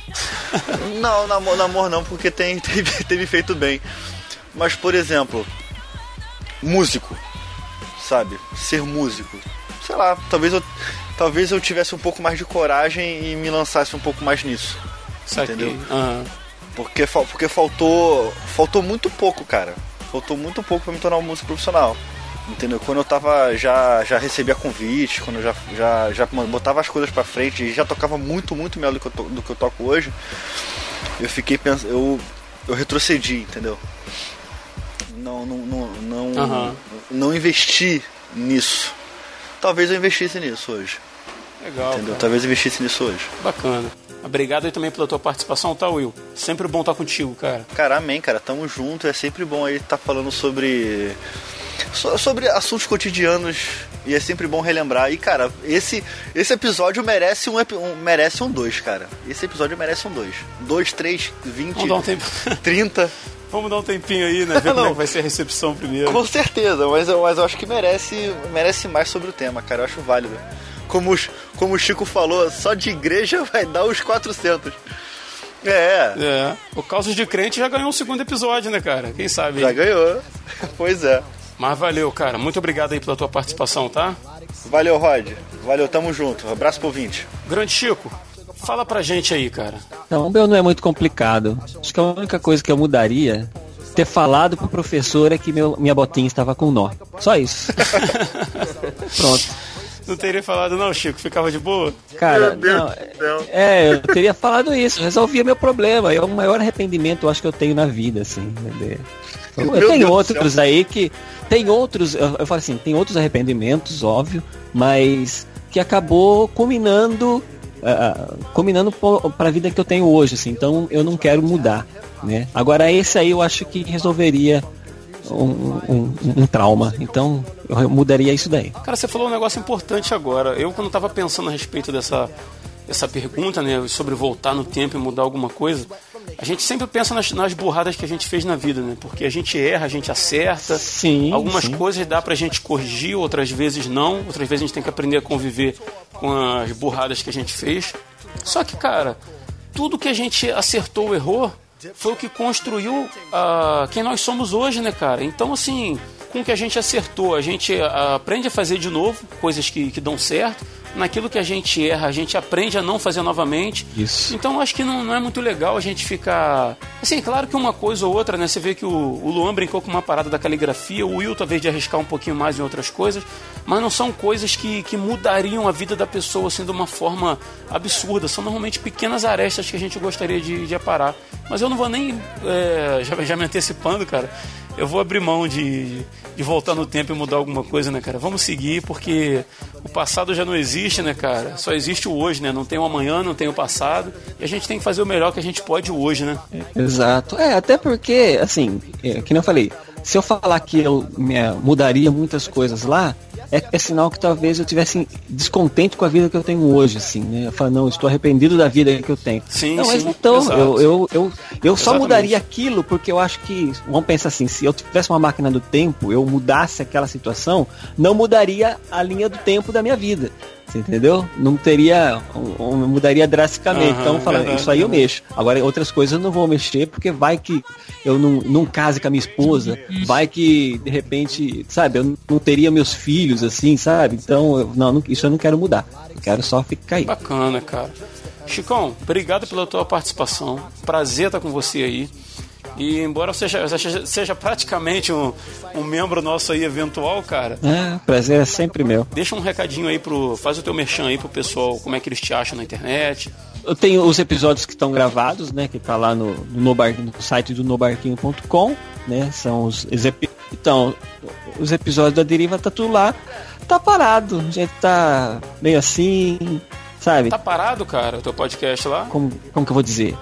Não, namoro não, porque tem me feito bem. Mas, por exemplo, músico, sabe? Ser músico. Sei lá, talvez eu tivesse um pouco mais de coragem e me lançasse um pouco mais nisso. Saquei. Entendeu? Uhum. Porque faltou muito pouco, cara. Faltou muito pouco pra me tornar um músico profissional. Entendeu? Quando eu tava, já recebia convite, quando eu já botava as coisas pra frente e já tocava muito, muito melhor do que eu toco hoje, eu fiquei pensando, eu retrocedi, entendeu? Não investi nisso. Talvez eu investisse nisso hoje. Legal, entendeu? Cara. Talvez eu investisse nisso hoje. Bacana. Obrigado aí também pela tua participação, tá, Will? Sempre bom estar contigo, cara. Cara, amém, cara. Tamo junto. É sempre bom aí estar falando sobre assuntos cotidianos. E é sempre bom relembrar. E, cara, esse episódio merece um 2, cara. Esse episódio merece um 2. 2, 3, 20, vamos dar um tempo. 30... Vamos dar um tempinho aí, né? Ver como é que vai ser a recepção primeiro. Com certeza, mas eu acho que merece mais sobre o tema, cara. Eu acho válido. Como o Chico falou, só de igreja vai dar os 400. O Causas de Crente já ganhou um segundo episódio, né, cara? Quem sabe? Já ganhou. Pois é. Mas valeu, cara. Muito obrigado aí pela tua participação, tá? Valeu, Rod. Valeu, tamo junto. Um abraço pro ouvinte. Grande Chico, fala pra gente aí, cara. Não, o meu não é muito complicado. Acho que a única coisa que eu mudaria é ter falado pro professor que minha botinha estava com nó. Só isso. Pronto. Não teria falado não, Chico? Ficava de boa? Cara, não, eu teria falado isso. Resolvia meu problema. É o maior arrependimento, eu acho, que eu tenho na vida, assim. Eu tenho outros aí que... Tem outros, eu falo assim, tem outros arrependimentos, óbvio, mas que acabou culminando para a vida que eu tenho hoje, assim. Então eu não quero mudar, né? Agora esse aí eu acho que resolveria um trauma. Então eu mudaria isso daí. Cara, você falou um negócio importante agora. Eu, quando estava pensando a respeito dessa pergunta, né, sobre voltar no tempo e mudar alguma coisa, a gente sempre pensa nas burradas que a gente fez na vida, né? Porque a gente erra, a gente acerta. Sim, algumas coisas dá pra gente corrigir, outras vezes não. Outras vezes a gente tem que aprender a conviver com as burradas que a gente fez. Só que, cara, tudo que a gente acertou ou errou foi o que construiu quem nós somos hoje, né, cara? Então, assim, com o que a gente acertou, a gente aprende a fazer de novo coisas que dão certo. Naquilo que a gente erra, a gente aprende a não fazer novamente. Isso. Então, acho que não é muito legal a gente ficar... Assim, claro que uma coisa ou outra, né? Você vê que o Luan brincou com uma parada da caligrafia, o Will talvez de arriscar um pouquinho mais em outras coisas, mas não são coisas que mudariam a vida da pessoa, assim, de uma forma absurda. São normalmente pequenas arestas que a gente gostaria de aparar. Mas eu não vou nem... já me antecipando, cara. eu vou abrir mão de voltar no tempo e mudar alguma coisa, né, cara? Vamos seguir, porque o passado já não existe, né, cara? Só existe o hoje, né? Não tem o amanhã, não tem o passado. E a gente tem que fazer o melhor que a gente pode hoje, né? Exato. Até porque, assim, que nem eu falei, se eu falar que eu mudaria muitas coisas lá, é sinal que talvez eu tivesse descontente com a vida que eu tenho hoje, assim, né? Eu falo, não, eu estou arrependido da vida que eu tenho. Sim, não, mas sim, então, eu só Exatamente. mudaria aquilo porque eu acho que, vamos pensar assim, se eu tivesse uma máquina do tempo, eu mudasse aquela situação, não mudaria a linha do tempo da minha vida. Você entendeu? Não mudaria drasticamente. Então, falando, isso aí eu mexo. Agora, outras coisas eu não vou mexer, porque vai que eu não case com a minha esposa, vai que, de repente, sabe, eu não teria meus filhos, assim, sabe? Então, isso eu não quero mudar. Eu quero só ficar aí. Bacana, cara. Chicão, obrigado pela tua participação. Prazer estar com você aí. E embora seja praticamente um membro nosso aí eventual, cara. Prazer é sempre meu. Deixa um recadinho aí faz o teu merchan aí pro pessoal, como é que eles te acham na internet. Eu tenho os episódios que estão gravados, né? Que tá lá no site do nobarquinho.com, né? São então, os episódios da Deriva tá tudo lá. Tá parado, a gente tá meio assim, sabe? Tá parado, cara, o teu podcast lá? Como que eu vou dizer?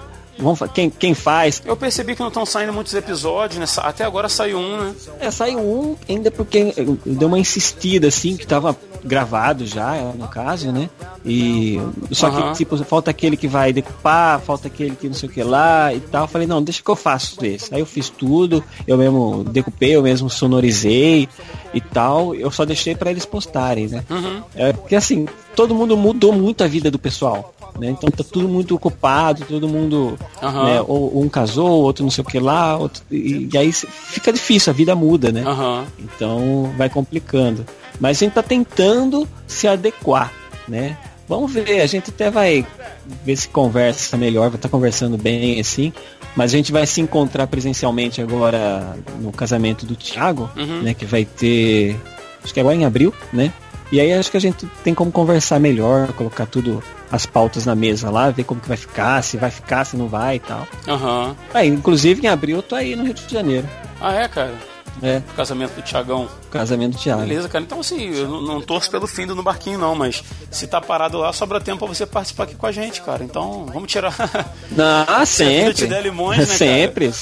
Quem faz? Eu percebi que não estão saindo muitos episódios, né? Até agora saiu um, né? Saiu um, ainda porque eu dei uma insistida, assim, que tava gravado já, no caso, né? E só que, tipo, falta aquele que vai decupar, falta aquele que não sei o que lá e tal. Eu falei, não, deixa que eu faço esse. Aí eu fiz tudo, eu mesmo decupei, eu mesmo sonorizei e tal. Eu só deixei pra eles postarem, né? Porque, assim, todo mundo mudou muito a vida do pessoal, né? Então tá tudo muito ocupado, todo mundo, né? Ou um casou, outro não sei o que lá, outro, e aí fica difícil, a vida muda, né? Então vai complicando. Mas a gente tá tentando se adequar, né? Vamos ver, a gente até vai ver se conversa melhor, vai estar conversando bem assim, mas a gente vai se encontrar presencialmente agora no casamento do Thiago, né? Que vai ter, acho que agora em abril, né? E aí acho que a gente tem como conversar melhor, colocar tudo, as pautas na mesa lá, ver como que vai ficar, se não vai e tal. Inclusive em abril eu tô aí no Rio de Janeiro. Ah, é, cara? É. Casamento do Thiagão. Casamento do Thiago. Beleza, cara. Então, assim, eu não torço pelo fim do No Barquinho, não, mas se tá parado lá, sobra tempo pra você participar aqui com a gente, cara. Então, vamos tirar. Não, sempre. Se te der limões, né, sempre.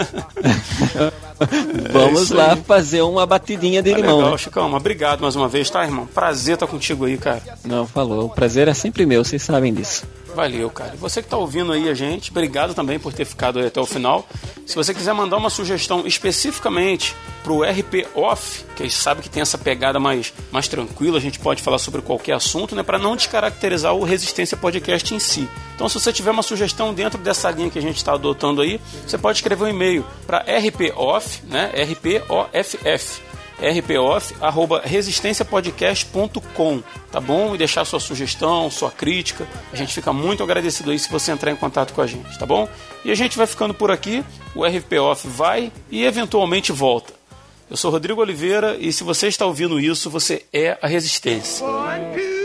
Vamos lá fazer uma batidinha de limão. Legal, né? Chicão. Obrigado mais uma vez, tá, irmão? Prazer estar contigo aí, cara. Não, falou. O prazer é sempre meu, vocês sabem disso. Valeu, cara. E você que tá ouvindo aí a gente, obrigado também por ter ficado aí até o final. Se você quiser mandar uma sugestão especificamente pro RP Off, que a gente sabe que tem essa pegada mais tranquila, a gente pode falar sobre qualquer assunto, né, para não descaracterizar o Resistência Podcast em si. Então, se você tiver uma sugestão dentro dessa linha que a gente está adotando aí, você pode escrever um e-mail para rpoff, né, rpoff, rpoff@resistenciapodcast.com, tá bom? E deixar sua sugestão, sua crítica. A gente fica muito agradecido aí se você entrar em contato com a gente, tá bom? E a gente vai ficando por aqui, o RPOff vai e eventualmente volta. Eu sou Rodrigo Oliveira e se você está ouvindo isso, você é a Resistência. 1, 2